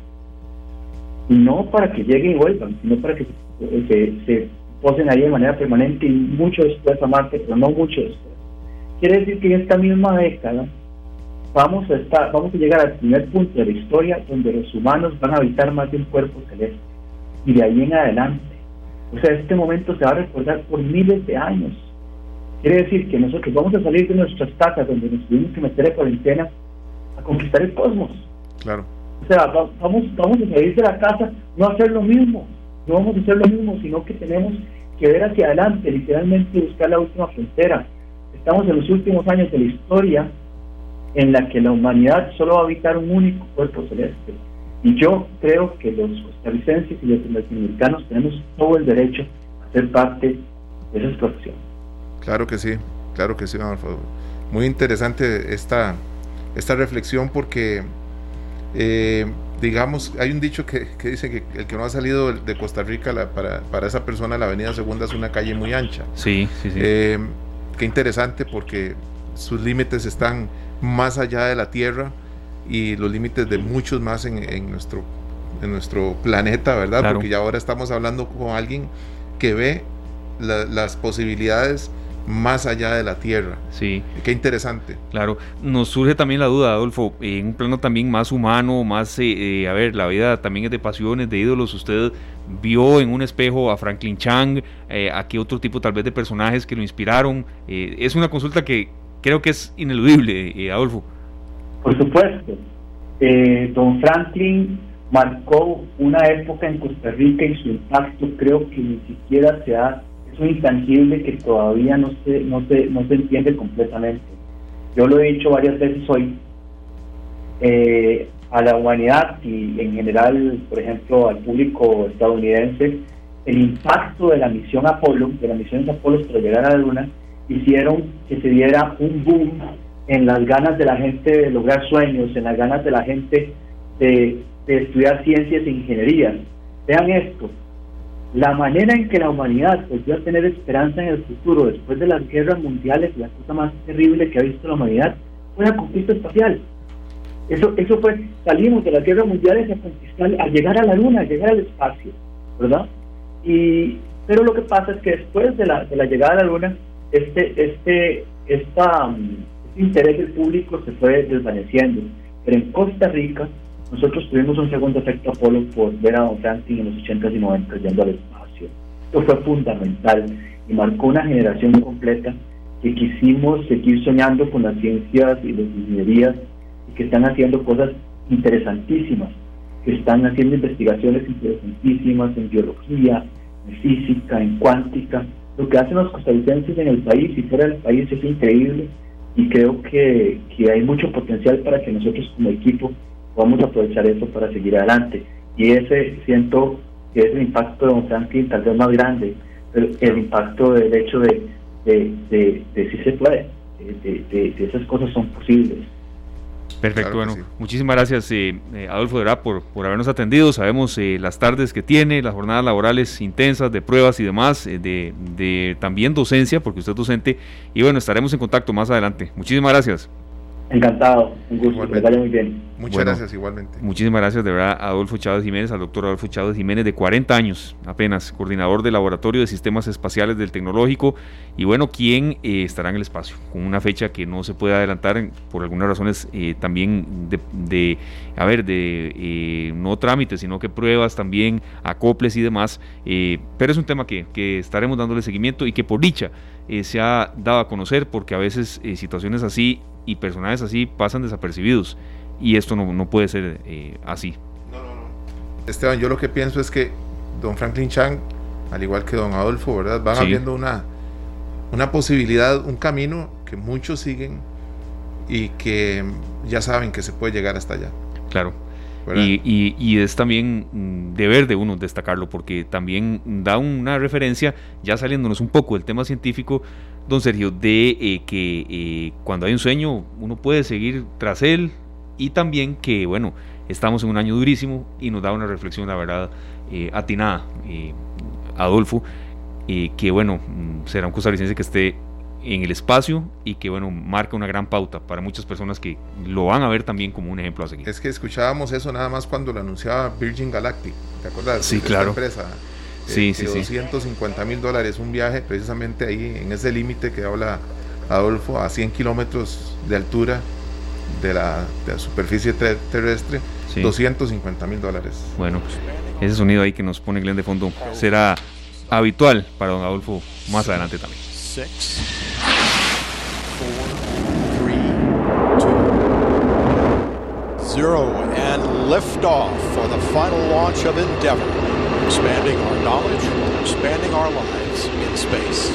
y no para que lleguen y vuelvan, sino para que se posen ahí de manera permanente, y mucho después a Marte, pero no mucho después. Quiere decir que en esta misma década vamos a llegar al primer punto de la historia donde los humanos van a habitar más de un cuerpo celeste, y de ahí en adelante. O sea, este momento se va a recordar por miles de años. Quiere decir que nosotros vamos a salir de nuestras casas, donde nos tuvimos que meter en cuarentena, a conquistar el cosmos. Claro. O sea, vamos a salir de la casa, no a hacer lo mismo, no vamos a hacer lo mismo, sino que tenemos que ver hacia adelante, literalmente buscar la última frontera. Estamos en los últimos años de la historia en la que la humanidad solo va a habitar un único cuerpo celeste. Y yo creo que los costarricenses y los latinoamericanos tenemos todo el derecho a ser parte de esa exploración. Claro que sí, don Adolfo. Muy interesante esta esta reflexión porque digamos, hay un dicho que dice que el que no ha salido de Costa Rica, para esa persona la avenida Segunda es una calle muy ancha. Sí. Qué interesante, porque sus límites están más allá de la tierra y los límites de muchos más en nuestro planeta, ¿verdad? Claro. Porque ya ahora estamos hablando con alguien que ve las posibilidades más allá de la tierra. Sí. Qué interesante. Claro, nos surge también la duda, Adolfo, en un plano también más humano, más, a ver, la vida también es de pasiones, de ídolos. Usted vio en un espejo a Franklin Chang, a qué otro tipo tal vez de personajes que lo inspiraron. Es una consulta que creo que es ineludible, Adolfo. Por supuesto. Don Franklin marcó una época en Costa Rica y su impacto creo que ni siquiera es un intangible que todavía no se entiende completamente. Yo lo he dicho varias veces hoy, a la humanidad y en general, por ejemplo, al público estadounidense, el impacto de la misión Apolo, de las misiones Apolo para llegar a la Luna, hicieron que se diera un boom en las ganas de la gente de lograr sueños, en las ganas de la gente de estudiar ciencias e ingenierías. Vean esto, la manera en que la humanidad volvió a tener esperanza en el futuro después de las guerras mundiales, la cosa más terrible que ha visto la humanidad fue la conquista espacial. Eso fue, salimos de las guerras mundiales a conquistar, a llegar a la Luna, a llegar al espacio, ¿verdad? Pero lo que pasa es que después de la llegada a la Luna, este interés del público se fue desvaneciendo. Pero en Costa Rica nosotros tuvimos un segundo efecto Apolo por ver a Don Franklin en los 80s y 90s yendo al espacio. Esto fue fundamental y marcó una generación completa que quisimos seguir soñando con las ciencias y las ingenierías, y que están haciendo cosas interesantísimas, que están haciendo investigaciones interesantísimas en biología, en física, en cuántica. Lo que hacen los costarricenses en el país y fuera del país es increíble, y creo que hay mucho potencial para que nosotros como equipo podamos aprovechar eso para seguir adelante. Y siento que es el impacto de Don Franklin tal vez más grande, pero el impacto del hecho de si se puede, de esas cosas son posibles. Perfecto, Claro, bueno, sí. Muchísimas gracias, Adolfo, de verdad, por habernos atendido. Sabemos las tardes que tiene, las jornadas laborales intensas de pruebas y demás, de también docencia, porque usted es docente, y bueno, estaremos en contacto más adelante. Muchísimas gracias. Encantado, un gusto, Igualmente. que les vaya muy bien. Muchas Bueno, gracias igualmente. Muchísimas gracias de verdad a Adolfo Chávez Jiménez, al doctor Adolfo Chávez Jiménez, de 40 años apenas, coordinador del Laboratorio de Sistemas Espaciales del Tecnológico, y bueno, quien estará en el espacio, con una fecha que no se puede adelantar por algunas razones también no trámites, sino que pruebas también, acoples y demás, pero es un tema que estaremos dándole seguimiento y que por dicha se ha dado a conocer, porque a veces situaciones así y personajes así pasan desapercibidos, y esto no puede ser así. No. Esteban, yo lo que pienso es que Don Franklin Chang, al igual que Don Adolfo, ¿verdad?, van Sí. abriendo una posibilidad, un camino que muchos siguen y que ya saben que se puede llegar hasta allá. Claro. ¿Verdad? Y es también deber de uno destacarlo, porque también da una referencia, ya saliéndonos un poco del tema científico, don Sergio, de que cuando hay un sueño uno puede seguir tras él, y también que, bueno, estamos en un año durísimo y nos da una reflexión, la verdad, atinada, Adolfo, que, bueno, será un costarricense que esté en el espacio y que, bueno, marca una gran pauta para muchas personas que lo van a ver también como un ejemplo a seguir. Es que escuchábamos eso nada más cuando lo anunciaba Virgin Galactic, ¿te acuerdas? Sí, Esta claro. empresa, Sí. $250,000, un viaje precisamente ahí en ese límite que habla Adolfo, a 100 kilómetros de altura de la superficie terrestre, Sí. $250,000. Bueno, ese sonido ahí que nos pone Glenn de fondo será habitual para don Adolfo más adelante también. 6, 4, 3, 2, 0, and liftoff for the final launch of Endeavour, expanding our knowledge, expanding our lives in space.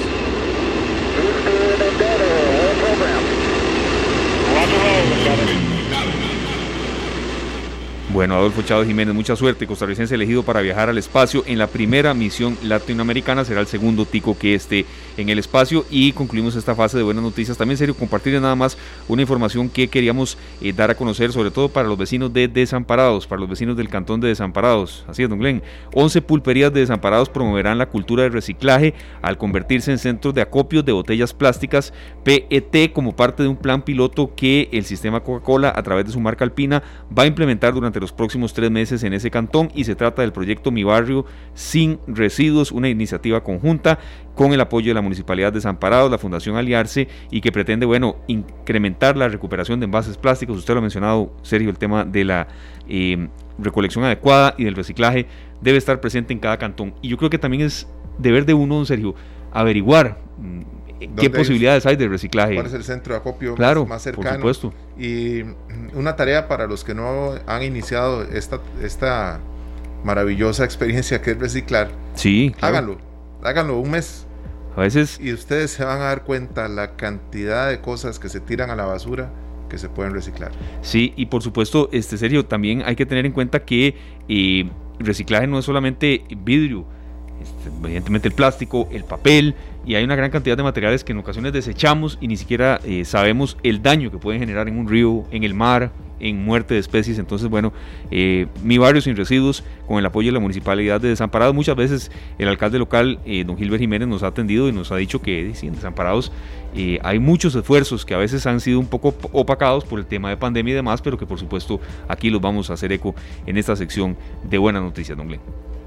Bueno, Adolfo Chávez Jiménez, mucha suerte, costarricense elegido para viajar al espacio en la primera misión latinoamericana, será el segundo tico que esté en el espacio. Y concluimos esta fase de buenas noticias. También, serio, compartirles nada más una información que queríamos dar a conocer, sobre todo para los vecinos de Desamparados, para los vecinos del cantón de Desamparados. Así es, don Glenn. 11 pulperías de Desamparados promoverán la cultura del reciclaje al convertirse en centros de acopio de botellas plásticas PET como parte de un plan piloto que el sistema Coca-Cola, a través de su marca Alpina, va a implementar durante los próximos 3 meses en ese cantón, y se trata del proyecto Mi Barrio Sin Residuos, una iniciativa conjunta con el apoyo de la Municipalidad de Desamparados, la Fundación Aliarse, y que pretende, bueno, incrementar la recuperación de envases plásticos. Usted lo ha mencionado, Sergio, el tema de la recolección adecuada y del reciclaje debe estar presente en cada cantón, y yo creo que también es deber de uno, don Sergio, averiguar qué posibilidades hay de reciclaje. ¿Cuál es el centro de acopio más cercano? Por supuesto. Y una tarea para los que no han iniciado esta maravillosa experiencia que es reciclar. Sí, claro. Háganlo un mes. A veces. Y ustedes se van a dar cuenta la cantidad de cosas que se tiran a la basura que se pueden reciclar. Sí, y por supuesto, Sergio, también hay que tener en cuenta que reciclaje no es solamente vidrio, evidentemente el plástico, el papel, y hay una gran cantidad de materiales que en ocasiones desechamos y ni siquiera sabemos el daño que pueden generar en un río, en el mar, en muerte de especies. Entonces, bueno, Mi Barrio Sin Residuos, con el apoyo de la Municipalidad de Desamparados. Muchas veces el alcalde local, don Gilbert Jiménez, nos ha atendido y nos ha dicho que en Desamparados hay muchos esfuerzos que a veces han sido un poco opacados por el tema de pandemia y demás, pero que por supuesto aquí los vamos a hacer eco en esta sección de buenas noticias, don Glenn.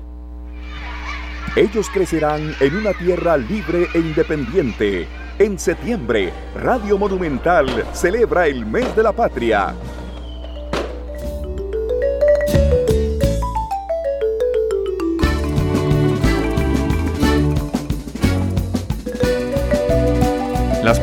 Ellos crecerán en una tierra libre e independiente. En septiembre, Radio Monumental celebra el mes de la patria. Las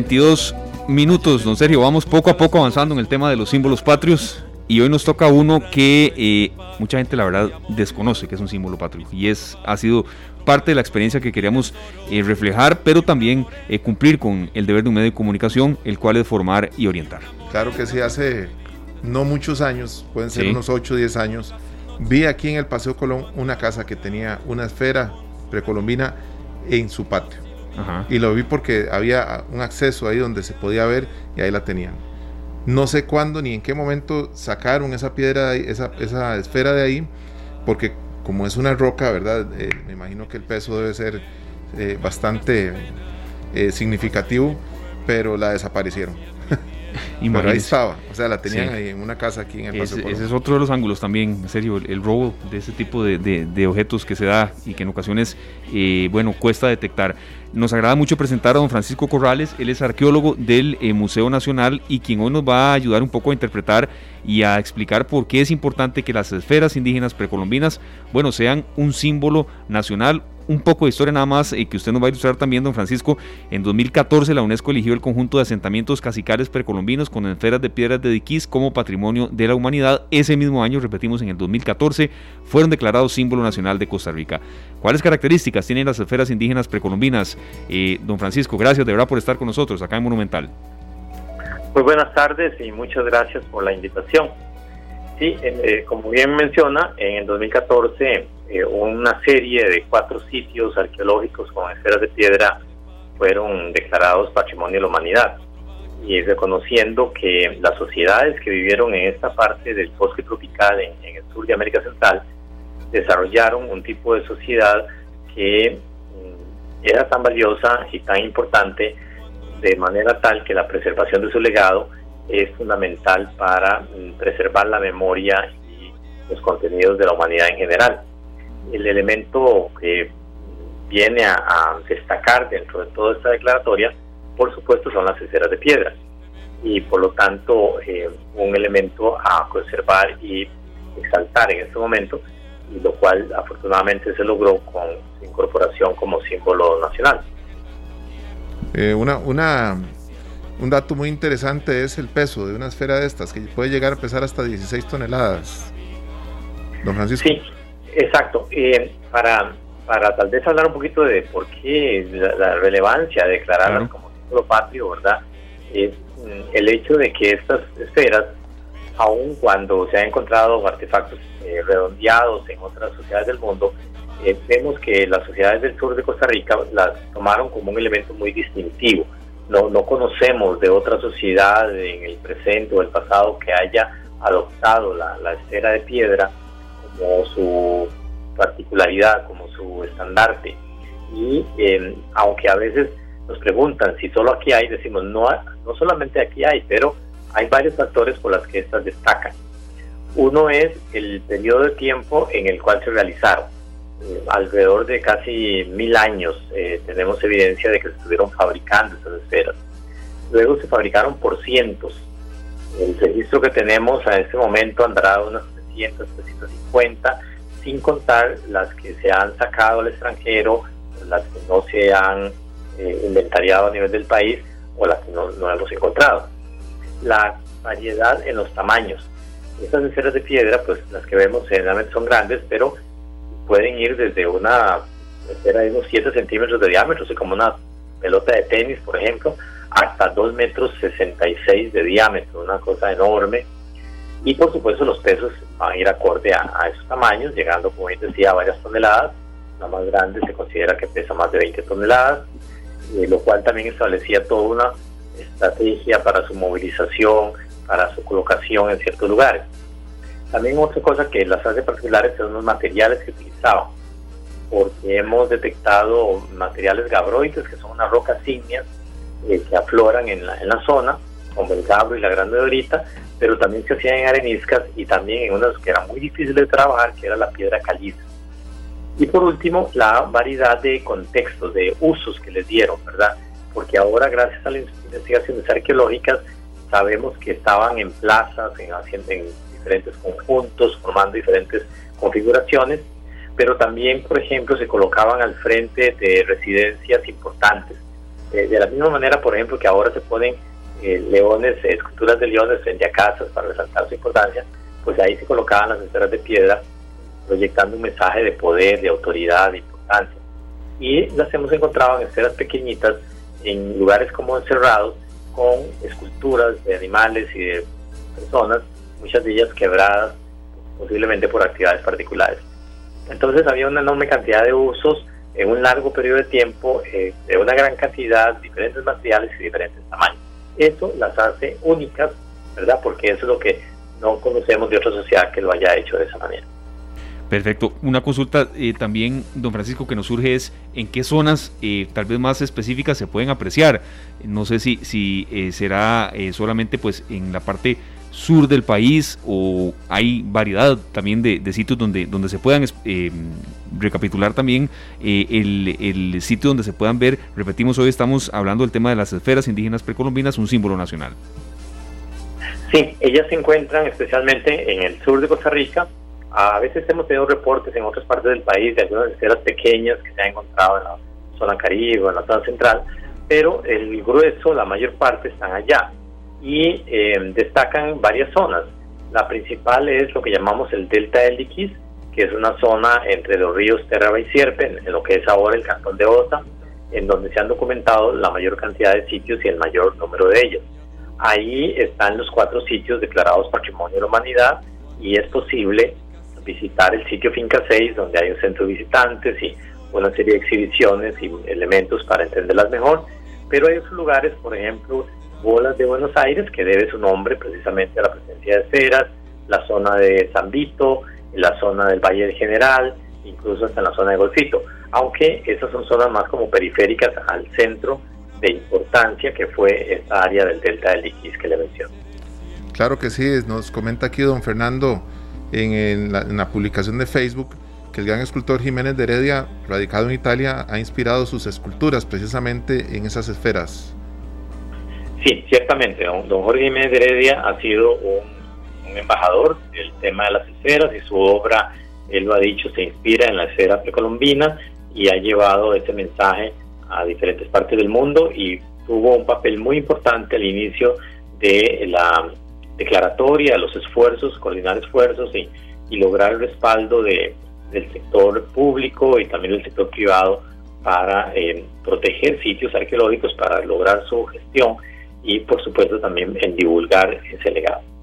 4:22, don Sergio, vamos poco a poco avanzando en el tema de los símbolos patrios. Y hoy nos toca uno que mucha gente, la verdad, desconoce que es un símbolo patrio, y ha sido parte de la experiencia que queríamos reflejar, pero también cumplir con el deber de un medio de comunicación, el cual es formar y orientar. Claro que sí, hace no muchos años, pueden ser unos 8 o 10 años, vi aquí en el Paseo Colón una casa que tenía una esfera precolombina en su patio. Ajá. Y lo vi porque había un acceso ahí donde se podía ver, y ahí la tenían. No sé cuándo ni en qué momento sacaron esa piedra, esa esfera de ahí, porque como es una roca, ¿verdad? Me imagino que el peso debe ser bastante significativo, pero la desaparecieron. Pero ahí estaba, o sea, la tenían ahí en una casa aquí en el Paseo Colón. Ese es otro de los ángulos también, en serio, el robo de ese tipo de objetos que se da y que en ocasiones, cuesta detectar. Nos agrada mucho presentar a don Francisco Corrales. Él es arqueólogo del Museo Nacional, y quien hoy nos va a ayudar un poco a interpretar y a explicar por qué es importante que las esferas indígenas precolombinas, sean un símbolo nacional. Un poco de historia nada más, que usted nos va a ilustrar también, don Francisco. En 2014 la UNESCO eligió el conjunto de asentamientos cacicales precolombinos con esferas de piedras de Diquís como patrimonio de la humanidad. Ese mismo año, repetimos, en el 2014, fueron declarados símbolo nacional de Costa Rica. ¿Cuáles características tienen las esferas indígenas precolombinas? Don Francisco, gracias de verdad por estar con nosotros acá en Monumental. Muy buenas tardes y muchas gracias por la invitación. Sí, como bien menciona, en el 2014 una serie de 4 sitios arqueológicos con esferas de piedra fueron declarados Patrimonio de la Humanidad, y reconociendo que las sociedades que vivieron en esta parte del bosque tropical en el sur de América Central desarrollaron un tipo de sociedad que era tan valiosa y tan importante, de manera tal que la preservación de su legado es fundamental para preservar la memoria y los contenidos de la humanidad en general. El elemento que viene a destacar dentro de toda esta declaratoria, por supuesto, son las esferas de piedra, y por lo tanto un elemento a conservar y exaltar en este momento, y lo cual afortunadamente se logró con su incorporación como símbolo nacional. Un dato muy interesante es el peso de una esfera de estas, que puede llegar a pesar hasta 16 toneladas. Don Francisco. Sí, exacto. Para tal vez hablar un poquito de por qué la relevancia de declararlas como símbolo patrio, ¿verdad? Es el hecho de que estas esferas, aun cuando se han encontrado artefactos redondeados en otras sociedades del mundo, vemos que las sociedades del sur de Costa Rica las tomaron como un elemento muy distintivo. No conocemos de otra sociedad en el presente o el pasado que haya adoptado la esfera de piedra como su particularidad, como su estandarte. Y aunque a veces nos preguntan si solo aquí hay, decimos no solamente aquí hay, pero hay varios factores por los que estas destacan. Uno es el periodo de tiempo en el cual se realizaron. Alrededor de casi 1000 años tenemos evidencia de que se estuvieron fabricando estas esferas. Luego se fabricaron por cientos. El registro que tenemos a este momento andará de unas 300, 350, sin contar las que se han sacado al extranjero, las que no se han inventariado a nivel del país o las que no hemos encontrado. La variedad en los tamaños. Estas esferas de piedra, pues las que vemos generalmente son grandes, pero pueden ir desde una esfera de unos 7 centímetros de diámetro, así como una pelota de tenis, por ejemplo, hasta 2 metros 66 de diámetro, una cosa enorme. Y por supuesto los pesos van a ir acorde a esos tamaños, llegando, como decía, a varias toneladas. La más grande se considera que pesa más de 20 toneladas, lo cual también establecía toda una estrategia para su movilización, para su colocación en ciertos lugares. También otra cosa que las hace particulares son los materiales que utilizaban, porque hemos detectado materiales gabbroites, que son unas rocas ígneas que afloran en la zona, como el gabbro y la gran meteorita, pero también se hacían en areniscas y también en unas que eran muy difíciles de trabajar, que era la piedra caliza. Y por último, la variedad de contextos, de usos que les dieron, ¿verdad? Porque ahora, gracias a las investigaciones arqueológicas, sabemos que estaban en plazas, en diferentes conjuntos, formando diferentes configuraciones, pero también, por ejemplo, se colocaban al frente de residencias importantes. De la misma manera, por ejemplo, que ahora se ponen leones, esculturas de leones frente a casas para resaltar su importancia, pues ahí se colocaban las esferas de piedra, proyectando un mensaje de poder, de autoridad, de importancia. Y las hemos encontrado en esferas pequeñitas, en lugares como encerrados, con esculturas de animales y de personas, muchas de ellas quebradas, posiblemente por actividades particulares. Entonces había una enorme cantidad de usos en un largo periodo de tiempo, de una gran cantidad, diferentes materiales y diferentes tamaños. Eso las hace únicas, ¿verdad? Porque eso es lo que no conocemos de otra sociedad que lo haya hecho de esa manera. Perfecto. Una consulta también, don Francisco, que nos surge es en qué zonas tal vez más específicas se pueden apreciar. No sé si será solamente pues en la parte sur del país o hay variedad también de sitios donde se puedan recapitular también el sitio donde se puedan ver. Repetimos, hoy estamos hablando del tema de las esferas indígenas precolombinas, un símbolo nacional. Sí, ellas se encuentran especialmente en el sur de Costa Rica. A veces hemos tenido reportes en otras partes del país de algunas esferas pequeñas que se han encontrado en la zona Caribe o en la zona central, pero el grueso, la mayor parte, están allá y destacan varias zonas. La principal es lo que llamamos el Delta del Liquis, que es una zona entre los ríos Terraba y Sierpe, en lo que es ahora el cantón de Osa, en donde se han documentado la mayor cantidad de sitios y el mayor número de ellos. Ahí están los 4 sitios declarados Patrimonio de la Humanidad y es posible visitar el sitio Finca 6, donde hay un centro de visitantes y una serie de exhibiciones y elementos para entenderlas mejor. Pero hay otros lugares, por ejemplo, Bolas de Buenos Aires, que debe su nombre precisamente a la presencia de esferas, la zona de San Vito, la zona del Valle del General, incluso hasta en la zona de Golfito, aunque esas son zonas más como periféricas al centro de importancia que fue esta área del Delta del Liquis que le menciono. Claro que sí, nos comenta aquí don Fernando en la publicación de Facebook que el gran escultor Jiménez de Heredia, radicado en Italia, ha inspirado sus esculturas precisamente en esas esferas. Sí, ciertamente, don Jorge Jiménez de Heredia ha sido un embajador del tema de las esferas y su obra, él lo ha dicho, se inspira en la esfera precolombina y ha llevado ese mensaje a diferentes partes del mundo y tuvo un papel muy importante al inicio de la declaratoria, los esfuerzos, coordinar esfuerzos y lograr el respaldo del sector público y también del sector privado para proteger sitios arqueológicos, para lograr su gestión y por supuesto también en divulgar ese legado.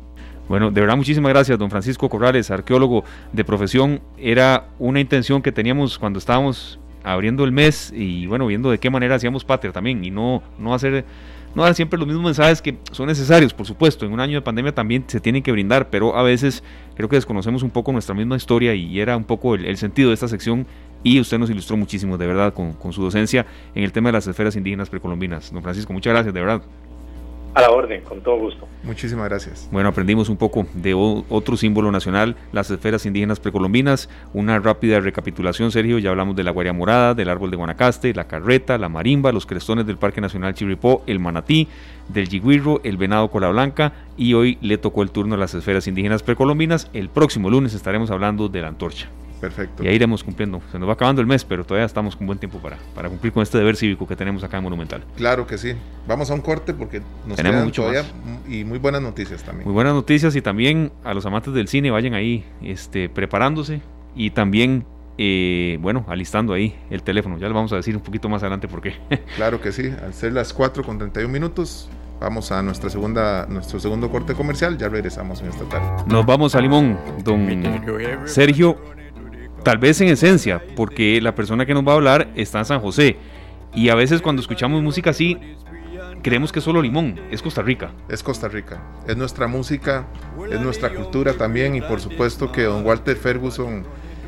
Bueno, de verdad muchísimas gracias, don Francisco Corrales, arqueólogo de profesión. Era una intención que teníamos cuando estábamos abriendo el mes y bueno, viendo de qué manera hacíamos patria también y no dar siempre los mismos mensajes que son necesarios, por supuesto. En un año de pandemia también se tienen que brindar, pero a veces creo que desconocemos un poco nuestra misma historia y era un poco el sentido de esta sección, y usted nos ilustró muchísimo, de verdad, con su docencia en el tema de las esferas indígenas precolombinas. Don Francisco, muchas gracias, de verdad. A la orden, con todo gusto. Muchísimas gracias. Bueno, aprendimos un poco de otro símbolo nacional, las esferas indígenas precolombinas. Una rápida recapitulación, Sergio, ya hablamos de la guaria morada, del árbol de Guanacaste, la carreta, la marimba, los crestones del Parque Nacional Chirripó, el manatí, del yigüirro, el venado cola blanca, y hoy le tocó el turno a las esferas indígenas precolombinas. El próximo lunes estaremos hablando de la antorcha. Perfecto. Y ahí iremos cumpliendo. Se nos va acabando el mes, pero todavía estamos con buen tiempo para cumplir con este deber cívico que tenemos acá en Monumental. Claro que sí. Vamos a un corte porque nos tenemos quedan mucho todavía más. Y muy buenas noticias también. Muy buenas noticias, y también a los amantes del cine vayan ahí preparándose y también alistando ahí el teléfono. Ya les vamos a decir un poquito más adelante por qué. Claro que sí. Al ser las 4:31, vamos a nuestro segundo corte comercial. Ya regresamos en esta tarde. Nos vamos a Limón, don Sergio. Tal vez en esencia, porque la persona que nos va a hablar está en San José, y a veces cuando escuchamos música así creemos que es solo Limón. Es Costa Rica. Es Costa Rica, es nuestra música, es nuestra cultura también, y por supuesto que don Walter Ferguson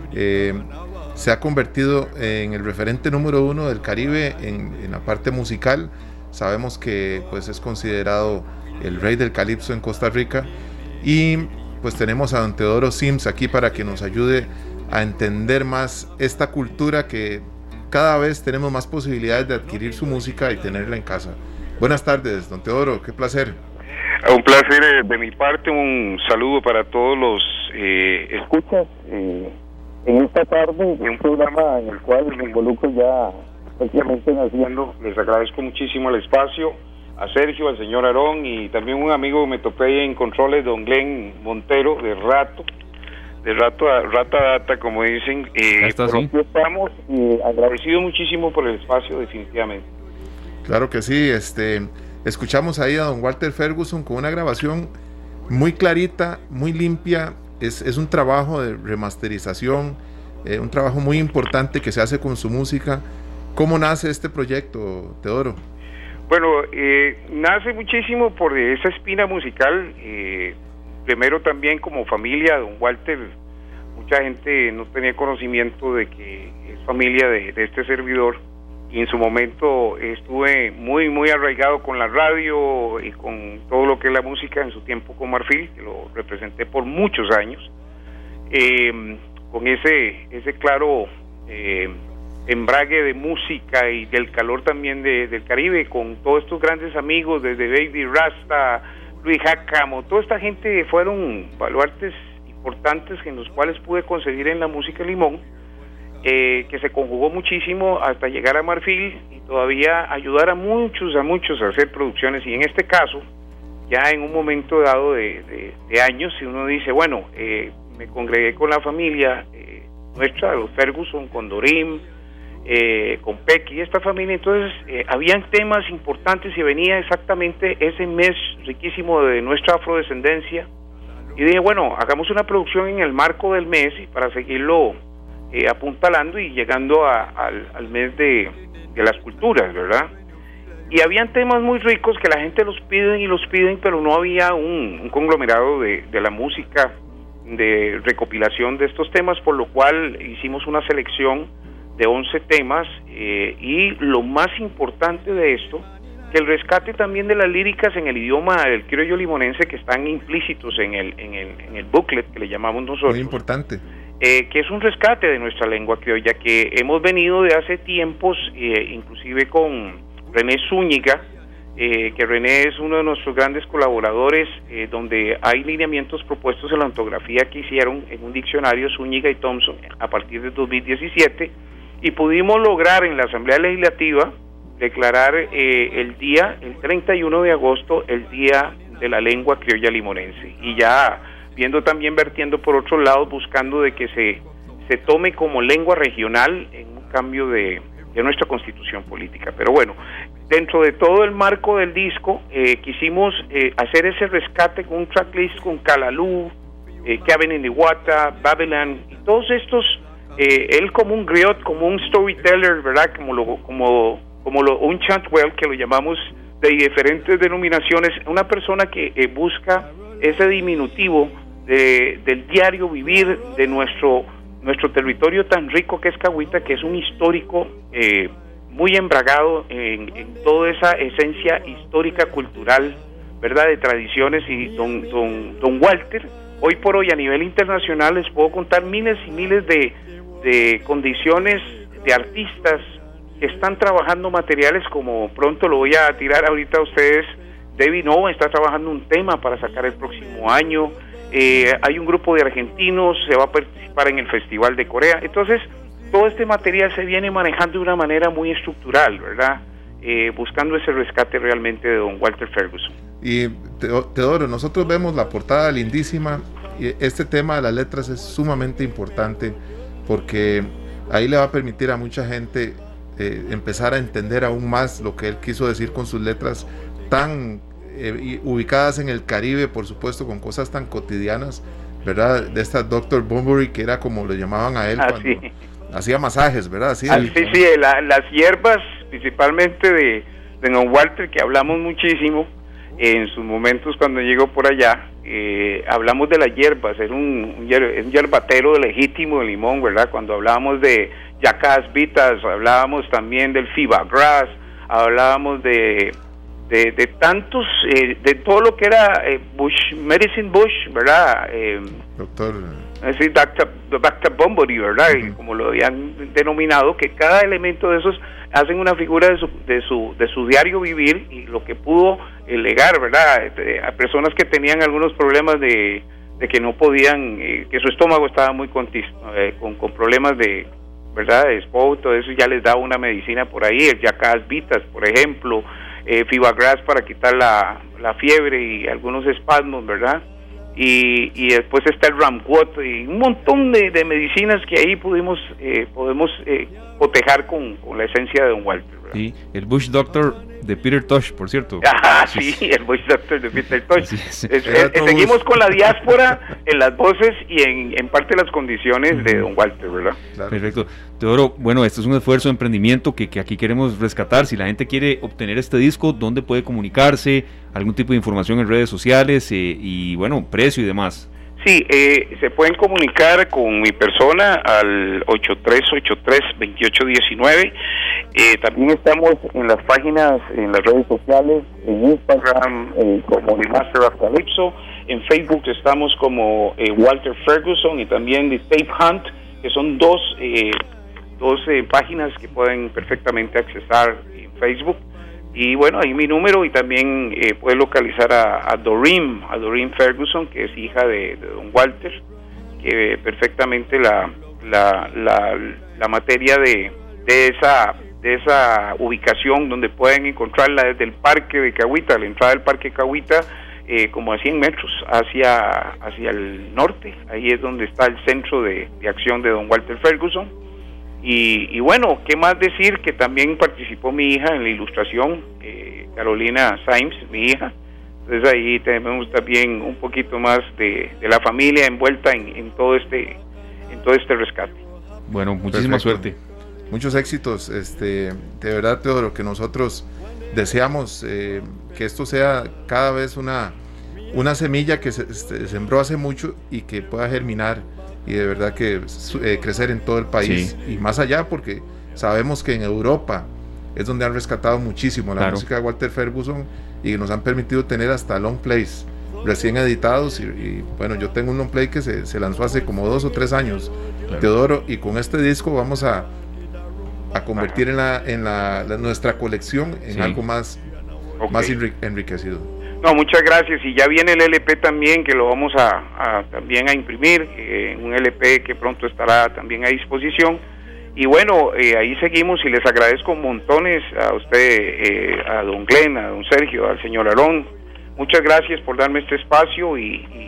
se ha convertido en el referente número 1 del Caribe en la parte musical. Sabemos que pues es considerado el rey del calipso en Costa Rica, y pues tenemos a don Teodoro Sims aquí para que nos ayude a entender más esta cultura, que cada vez tenemos más posibilidades de adquirir su música y tenerla en casa. Buenas tardes, don Teodoro, qué placer. Un placer de mi parte, un saludo para todos los escuchas en esta tarde, en un programa en el cual me involucro ya prácticamente naciendo. Les agradezco muchísimo el espacio, a Sergio, al señor Aarón, y también un amigo que me topé ahí en controles, don Glenn Montero, de rata data, como dicen. Por aquí estamos, agradecido muchísimo por el espacio, definitivamente. Claro que sí. Escuchamos ahí a don Walter Ferguson con una grabación muy clarita, muy limpia. Es un trabajo de remasterización, un trabajo muy importante que se hace con su música. ¿Cómo nace este proyecto, Teodoro? Bueno, nace muchísimo por esa espina musical. Primero también como familia, don Walter, mucha gente no tenía conocimiento de que es familia de este servidor, y en su momento estuve muy arraigado con la radio y con todo lo que es la música en su tiempo con Marfil, que lo representé por muchos años, con ese claro embrague de música y del calor también del Caribe, con todos estos grandes amigos, desde Baby Rasta, Luis Jácamo. Toda esta gente fueron baluartes importantes en los cuales pude conseguir en la música Limón, que se conjugó muchísimo hasta llegar a Marfil y todavía ayudar a muchos a hacer producciones. Y en este caso, ya en un momento dado de años, si uno dice, bueno, me congregué con la familia nuestra, los Ferguson, con Dorim, con Pequi, esta familia, entonces habían temas importantes y venía exactamente ese mes riquísimo de nuestra afrodescendencia, y dije, bueno, hagamos una producción en el marco del mes y para seguirlo apuntalando y llegando al mes de las culturas, ¿verdad? Y habían temas muy ricos que la gente los piden, pero no había un conglomerado de la música, de recopilación de estos temas, por lo cual hicimos una selección de 11 temas, y lo más importante de esto, que el rescate también de las líricas en el idioma del criollo limonense, que están implícitos en el booklet que le llamamos nosotros. Muy importante. Que es un rescate de nuestra lengua criolla, que hemos venido de hace tiempos, inclusive con René Zúñiga, que René es uno de nuestros grandes colaboradores, donde hay lineamientos propuestos en la ontografía que hicieron en un diccionario Zúñiga y Thompson a partir de 2017, y pudimos lograr en la Asamblea Legislativa declarar el 31 de agosto, el Día de la Lengua Criolla Limonense, y ya viendo también, vertiendo por otros lados, buscando de que se tome como lengua regional en un cambio de nuestra constitución política. Pero bueno, dentro dentro de todo el marco del disco, quisimos hacer ese rescate con un tracklist con Kalalú, Cabin in the Wata, Babylon, y todos estos, él como un griot, como un storyteller, ¿verdad? Como un chantwell, que lo llamamos, de diferentes denominaciones, una persona que busca ese diminutivo del diario vivir de nuestro territorio tan rico que es Cahuita, que es un histórico muy embragado en toda esa esencia histórica, cultural, ¿verdad?, de tradiciones. Y don Walter, hoy por hoy a nivel internacional les puedo contar miles y miles de condiciones de artistas que están trabajando materiales, como pronto lo voy a tirar ahorita a ustedes. David Nova está trabajando un tema para sacar el próximo año. Hay un grupo de argentinos, se va a participar en el Festival de Corea. Entonces, todo este material se viene manejando de una manera muy estructural, ¿verdad? Buscando ese rescate realmente de don Walter Ferguson. Y Teodoro, nosotros vemos la portada lindísima, y este tema de las letras es sumamente importante, porque ahí le va a permitir a mucha gente empezar a entender aún más lo que él quiso decir con sus letras tan ubicadas en el Caribe, por supuesto, con cosas tan cotidianas, ¿verdad? De esta Dr. Bunbury, que era como lo llamaban a él cuando hacía masajes, ¿verdad? Sí, las hierbas, principalmente de don Walter, que hablamos muchísimo en sus momentos cuando llegó por allá. Hablamos de las hierbas, era un hierbatero legítimo de Limón, ¿verdad? Cuando hablábamos de Yacas Vitas, hablábamos también del Fiba Grass, hablábamos de tantos, de todo lo que era Medicine Bush, ¿verdad? Doctor Dr. Bunbury, ¿verdad? Como lo habían denominado, que cada elemento de esos hacen una figura de su diario vivir, y lo que pudo legar, ¿verdad? A personas que tenían algunos problemas de que no podían, que su estómago estaba muy con problemas de, ¿verdad?, de SPO, todo eso, ya les daba una medicina por ahí, el Yacas Vitas, por ejemplo, Fibagrass para quitar la fiebre y algunos espasmos, ¿verdad? Y después está el Ramquat y un montón de medicinas que ahí podemos cotejar con la esencia de don Walter, ¿verdad? Sí, el Bush Doctor de Peter Tosh, por cierto. Sí, el Bush Doctor de Peter Tosh. Seguimos con la diáspora en las voces y en parte las condiciones de don Walter, ¿verdad? Claro. Perfecto. Teodoro, bueno, esto es un esfuerzo de emprendimiento que aquí queremos rescatar. Si la gente quiere obtener este disco, ¿dónde puede comunicarse? ¿Algún tipo de información en redes sociales? Y bueno, precio y demás. Sí, se pueden comunicar con mi persona al 8383-2819. También estamos en las páginas, en las redes sociales, en Instagram como The Master of Calypso, en Facebook estamos como Walter Ferguson, y también The Tape Hunt, que son dos páginas que pueden perfectamente accesar en Facebook. Y bueno, ahí mi número, y también puede localizar a Doreen Ferguson, que es hija de don Walter, que perfectamente la materia de esa ubicación, donde pueden encontrarla desde el parque de Cahuita, la entrada del parque Cahuita, como a 100 metros hacia el norte. Ahí es donde está el centro de acción de don Walter Ferguson. Y bueno, qué más decir, que también participó mi hija en la ilustración, Carolina Symes, mi hija. Entonces ahí tenemos también un poquito más de la familia envuelta en todo este rescate. Bueno, muchísima suerte. Muchos éxitos, de verdad, Teodoro, que nosotros deseamos que esto sea cada vez una semilla que se sembró hace mucho y que pueda germinar, y de verdad que crecer en todo el país, y más allá, porque sabemos que en Europa es donde han rescatado muchísimo la música de Walter Ferguson, y nos han permitido tener hasta long plays recién editados, y bueno, yo tengo un long play que se lanzó hace como 2 o 3 años, Teodoro, y con este disco vamos a convertir en nuestra colección en algo más enriquecido. No, muchas gracias, y ya viene el LP también, que lo vamos también a imprimir, un LP que pronto estará también a disposición. Y bueno, ahí seguimos, y les agradezco montones a usted, a don Glenn, a don Sergio, al señor Aarón. Muchas gracias por darme este espacio, y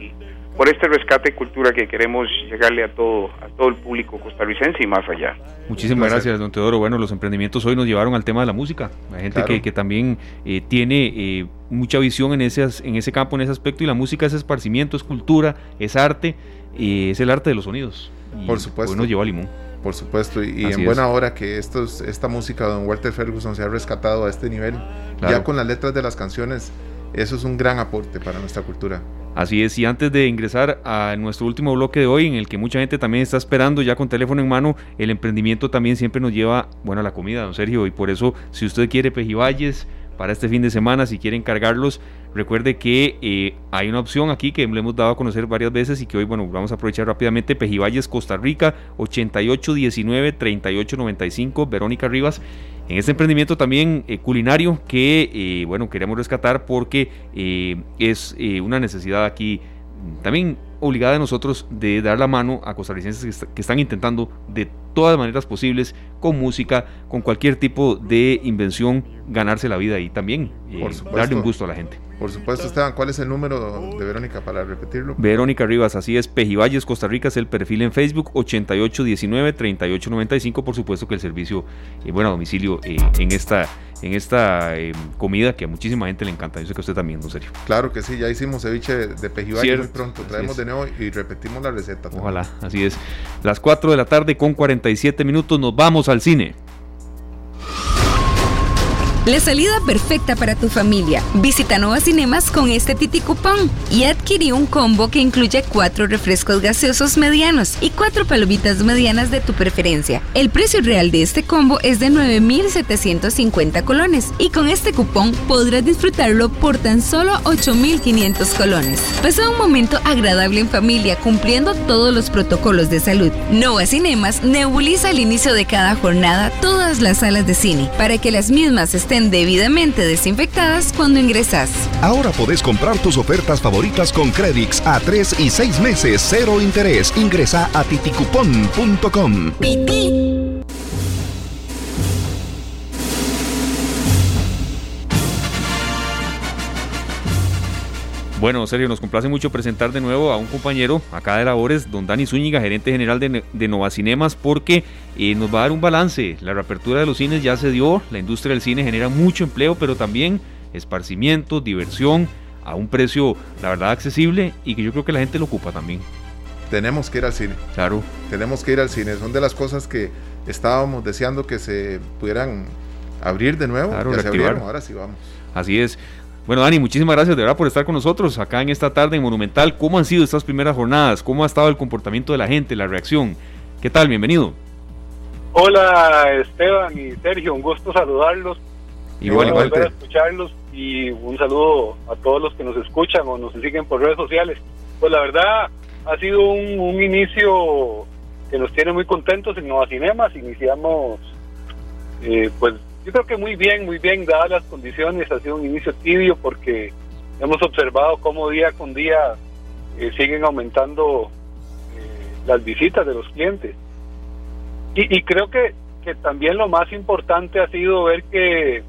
este rescate de cultura que queremos llegarle a todo el público costarricense y más allá. Muchísimas gracias, don Teodoro. Bueno, los emprendimientos hoy nos llevaron al tema de la música. Hay gente que también tiene mucha visión en ese campo, en ese aspecto, y la música es esparcimiento, es cultura, es arte, es el arte de los sonidos. Y por supuesto. Hoy nos llevó a Limón. Por supuesto, y en buena hora que esta música de don Walter Ferguson se ha rescatado a este nivel, ya con las letras de las canciones. Eso es un gran aporte para nuestra cultura. Así es, y antes de ingresar a nuestro último bloque de hoy, en el que mucha gente también está esperando ya con teléfono en mano, el emprendimiento también siempre nos lleva, a la comida, don Sergio, y por eso, si usted quiere pejibayes para este fin de semana, si quiere encargarlos, recuerde que hay una opción aquí que le hemos dado a conocer varias veces y que hoy, vamos a aprovechar rápidamente. Pejibayes Costa Rica, 8819-3895, Verónica Rivas. En este emprendimiento también culinario que, queremos rescatar porque es una necesidad aquí también obligada de nosotros de dar la mano a costarricenses que están intentando de todas maneras posibles, con música, con cualquier tipo de invención, ganarse la vida y también darle un gusto a la gente. Por supuesto, Esteban, ¿cuál es el número de Verónica para repetirlo? Verónica Rivas, así es, Pejibayes Costa Rica es el perfil en Facebook, 8819-3895, por supuesto que el servicio, a domicilio en esta comida que a muchísima gente le encanta. Yo sé que a usted también, don Sergio. Claro que sí, ya hicimos ceviche de pejibayes muy pronto, traemos de nuevo y repetimos la receta también. Ojalá, así es. Las 4 de la tarde con 47 minutos, nos vamos al cine. La salida perfecta para tu familia. Visita Nova Cinemas con este Titi Cupón y adquirí un combo que incluye 4 refrescos gaseosos medianos y 4 palomitas medianas de tu preferencia. El precio real de este combo es de 9,750 colones y con este cupón podrás disfrutarlo por tan solo 8,500 colones. Pasa un momento agradable en familia cumpliendo todos los protocolos de salud. Nova Cinemas nebuliza al inicio de cada jornada todas las salas de cine para que las mismas estén debidamente desinfectadas cuando ingresas. Ahora podés comprar tus ofertas favoritas con Credix a 3 y 6 meses, 0 interés. Ingresa a titicupon.com. Bueno, Sergio, nos complace mucho presentar de nuevo a un compañero acá de labores, don Dani Zúñiga, gerente general de Nova Cinemas, porque nos va a dar un balance. La reapertura de los cines ya se dio, la industria del cine genera mucho empleo, pero también esparcimiento, diversión, a un precio, la verdad, accesible y que yo creo que la gente lo ocupa también. Tenemos que ir al cine. Claro. Tenemos que ir al cine. Son de las cosas que estábamos deseando que se pudieran abrir de nuevo. Claro, ya se abrieron, ahora sí vamos. Así es. Bueno, Dani, muchísimas gracias de verdad por estar con nosotros acá en esta tarde en Monumental. ¿Cómo han sido estas primeras jornadas? ¿Cómo ha estado el comportamiento de la gente, la reacción? ¿Qué tal? Bienvenido. Hola, Esteban y Sergio, un gusto saludarlos. Igualmente. Volver a escucharlos y un saludo a todos los que nos escuchan o nos siguen por redes sociales. Pues la verdad ha sido un inicio que nos tiene muy contentos en Nova Cinemas. Iniciamos, pues yo creo que muy bien, dadas las condiciones. Ha sido un inicio tibio porque hemos observado cómo día con día siguen aumentando las visitas de los clientes. Y creo que también lo más importante ha sido ver que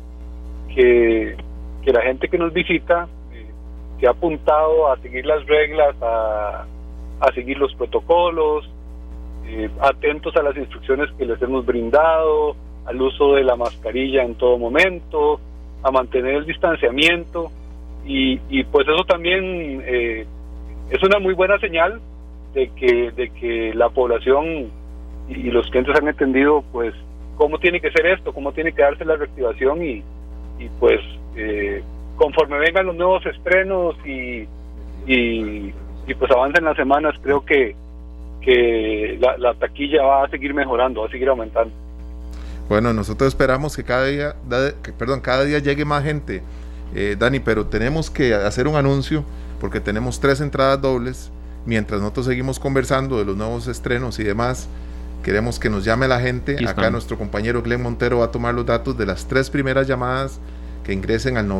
la gente que nos visita se ha apuntado a seguir las reglas, a seguir los protocolos, atentos a las instrucciones que les hemos brindado, al uso de la mascarilla en todo momento, a mantener el distanciamiento y pues eso también es una muy buena señal de que la población y los clientes han entendido pues cómo tiene que ser esto, cómo tiene que darse la reactivación y pues conforme vengan los nuevos estrenos y pues avancen las semanas, creo que la taquilla va a seguir mejorando, va a seguir aumentando. Bueno, nosotros esperamos que cada día llegue más gente, Dani, pero tenemos que hacer un anuncio porque tenemos 3 entradas dobles. Mientras nosotros seguimos conversando de los nuevos estrenos y demás, queremos que nos llame la gente. Acá nuestro compañero Glenn Montero va a tomar los datos de las 3 primeras llamadas que ingresen al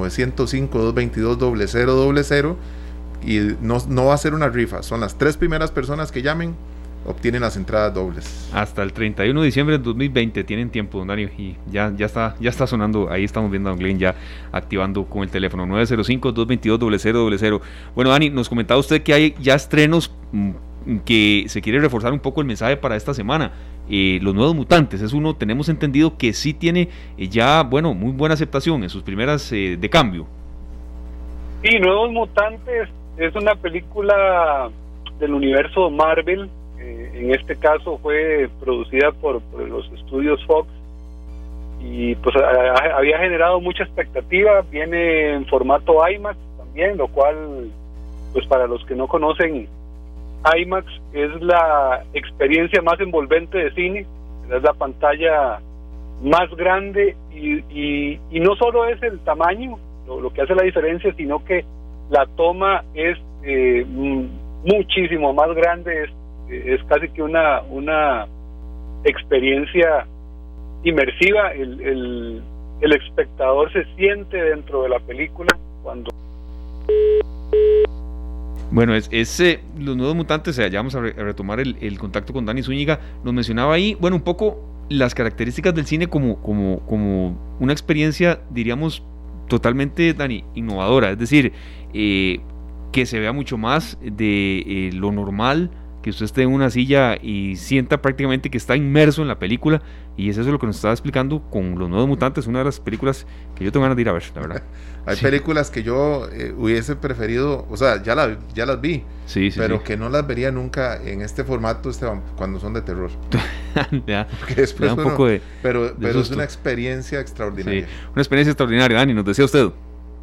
905-222-0000 y no va a ser una rifa, son las 3 primeras personas que llamen obtienen las entradas dobles. Hasta el 31 de diciembre del 2020 tienen tiempo, don Dani, y ya está sonando. Ahí estamos viendo a don Glenn ya activando con el teléfono 905-222-0000. Bueno, Dani, nos comentaba usted que hay ya estrenos que se quiere reforzar un poco el mensaje para esta semana. Los Nuevos Mutantes es uno, tenemos entendido que sí tiene ya, bueno, muy buena aceptación en sus primeras de cambio. Sí, Nuevos Mutantes es una película del universo Marvel. En este caso fue producida por los estudios Fox y pues había generado mucha expectativa. Viene en formato IMAX también, lo cual, pues para los que no conocen, IMAX es la experiencia más envolvente de cine, es la pantalla más grande y no solo es el tamaño lo que hace la diferencia, sino que la toma es muchísimo más grande, es casi que una experiencia inmersiva. El espectador se siente dentro de la película cuando... Bueno, Los Nuevos Mutantes, ya vamos a retomar el contacto con Dani Zúñiga. Nos mencionaba ahí, bueno, un poco las características del cine como una experiencia, diríamos, totalmente, Dani, innovadora. Es decir, que se vea mucho más de lo normal, que usted esté en una silla y sienta prácticamente que está inmerso en la película, y es eso lo que nos estaba explicando con Los Nuevos Mutantes, una de las películas que yo tengo ganas de ir a ver, la verdad. Hay películas que yo hubiese preferido, o sea, ya las vi, pero que no las vería nunca en este formato, Esteban, cuando son de terror. Porque después un poco de es una experiencia extraordinaria. Sí, una experiencia extraordinaria. Dani, nos decía usted.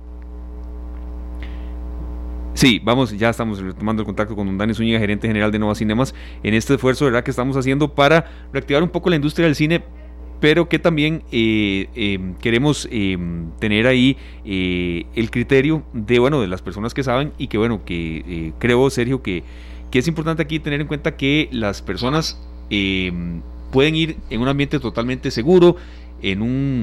Sí, ya estamos retomando el contacto con don Dani Zúñiga, gerente general de Nova Cinemas, en este esfuerzo, ¿verdad?, que estamos haciendo para reactivar un poco la industria del cine, pero que también queremos tener ahí el criterio de las personas que saben, y que creo, Sergio, que es importante aquí tener en cuenta que las personas pueden ir en un ambiente totalmente seguro, en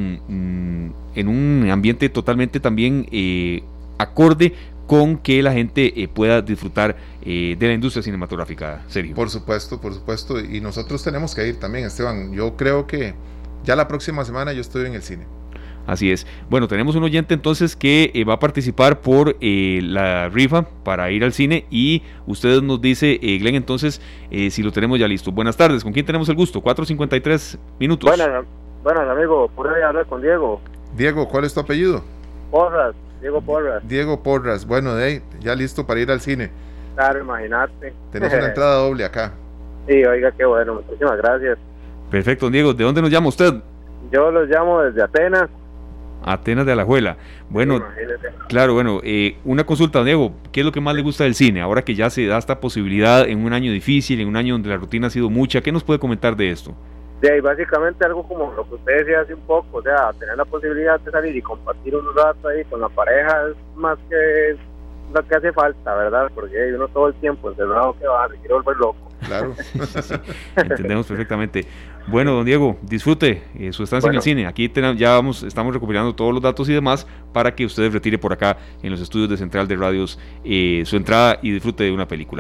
un ambiente totalmente también acorde con que la gente pueda disfrutar de la industria cinematográfica, Sergio. Por supuesto, y nosotros tenemos que ir también, Esteban. Yo creo que ya la próxima semana yo estoy en el cine. Así es. Bueno, tenemos un oyente entonces que va a participar por la rifa para ir al cine, y usted nos dice, Glenn, entonces, si lo tenemos ya listo. Buenas tardes, ¿con quién tenemos el gusto? 4:53 minutos. Buenas, amigo, por ahí hablar con Diego. Diego, ¿cuál es tu apellido? Porras. Diego Porras, bueno, ya listo para ir al cine. Claro, imagínate. Tenés una entrada doble acá. Sí, oiga, qué bueno, muchísimas gracias. Perfecto, Diego, ¿de dónde nos llama usted? Yo los llamo desde Atenas. Atenas de Alajuela. Bueno, claro, una consulta, Diego, ¿qué es lo que más le gusta del cine? Ahora que ya se da esta posibilidad en un año difícil, en un año donde la rutina ha sido mucha, ¿qué nos puede comentar de esto? Sí, básicamente algo como lo que usted decía hace un poco, o sea, tener la posibilidad de salir y compartir un rato ahí con la pareja es más que lo que hace falta, ¿verdad? Porque uno todo el tiempo encerrado que va, se quiere volver loco. Claro. Sí, entendemos perfectamente. Bueno, don Diego, disfrute su estancia en el cine. Aquí estamos recopilando todos los datos y demás para que usted retire por acá en los estudios de Central de Radios su entrada y disfrute de una película.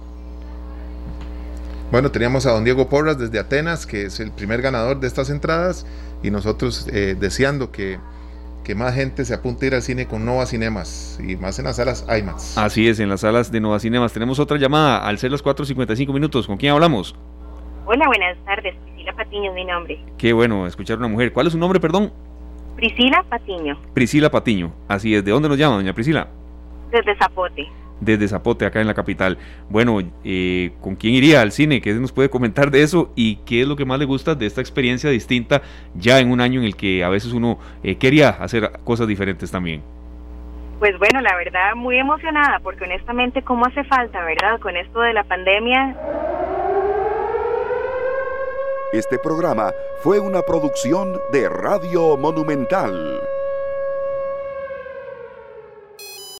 Bueno, teníamos a don Diego Porras desde Atenas, que es el primer ganador de estas entradas, y nosotros deseando que más gente se apunte a ir al cine con Nova Cinemas, y más en las salas IMAX. Así es, en las salas de Nova Cinemas. Tenemos otra llamada al ser las 4:55 minutos. ¿Con quién hablamos? Hola, buenas tardes. Priscila Patiño es mi nombre. Qué bueno escuchar a una mujer. ¿Cuál es su nombre, perdón? Priscila Patiño. Priscila Patiño, así es. ¿De dónde nos llama, doña Priscila? Desde Zapote. Desde Zapote, acá en la capital. Bueno, ¿con quién iría al cine? ¿Qué nos puede comentar de eso? ¿Y qué es lo que más le gusta de esta experiencia distinta ya en un año en el que a veces uno quería hacer cosas diferentes también? Pues bueno, la verdad muy emocionada, porque honestamente cómo hace falta, ¿verdad? Con esto de la pandemia. Este programa fue una producción de Radio Monumental.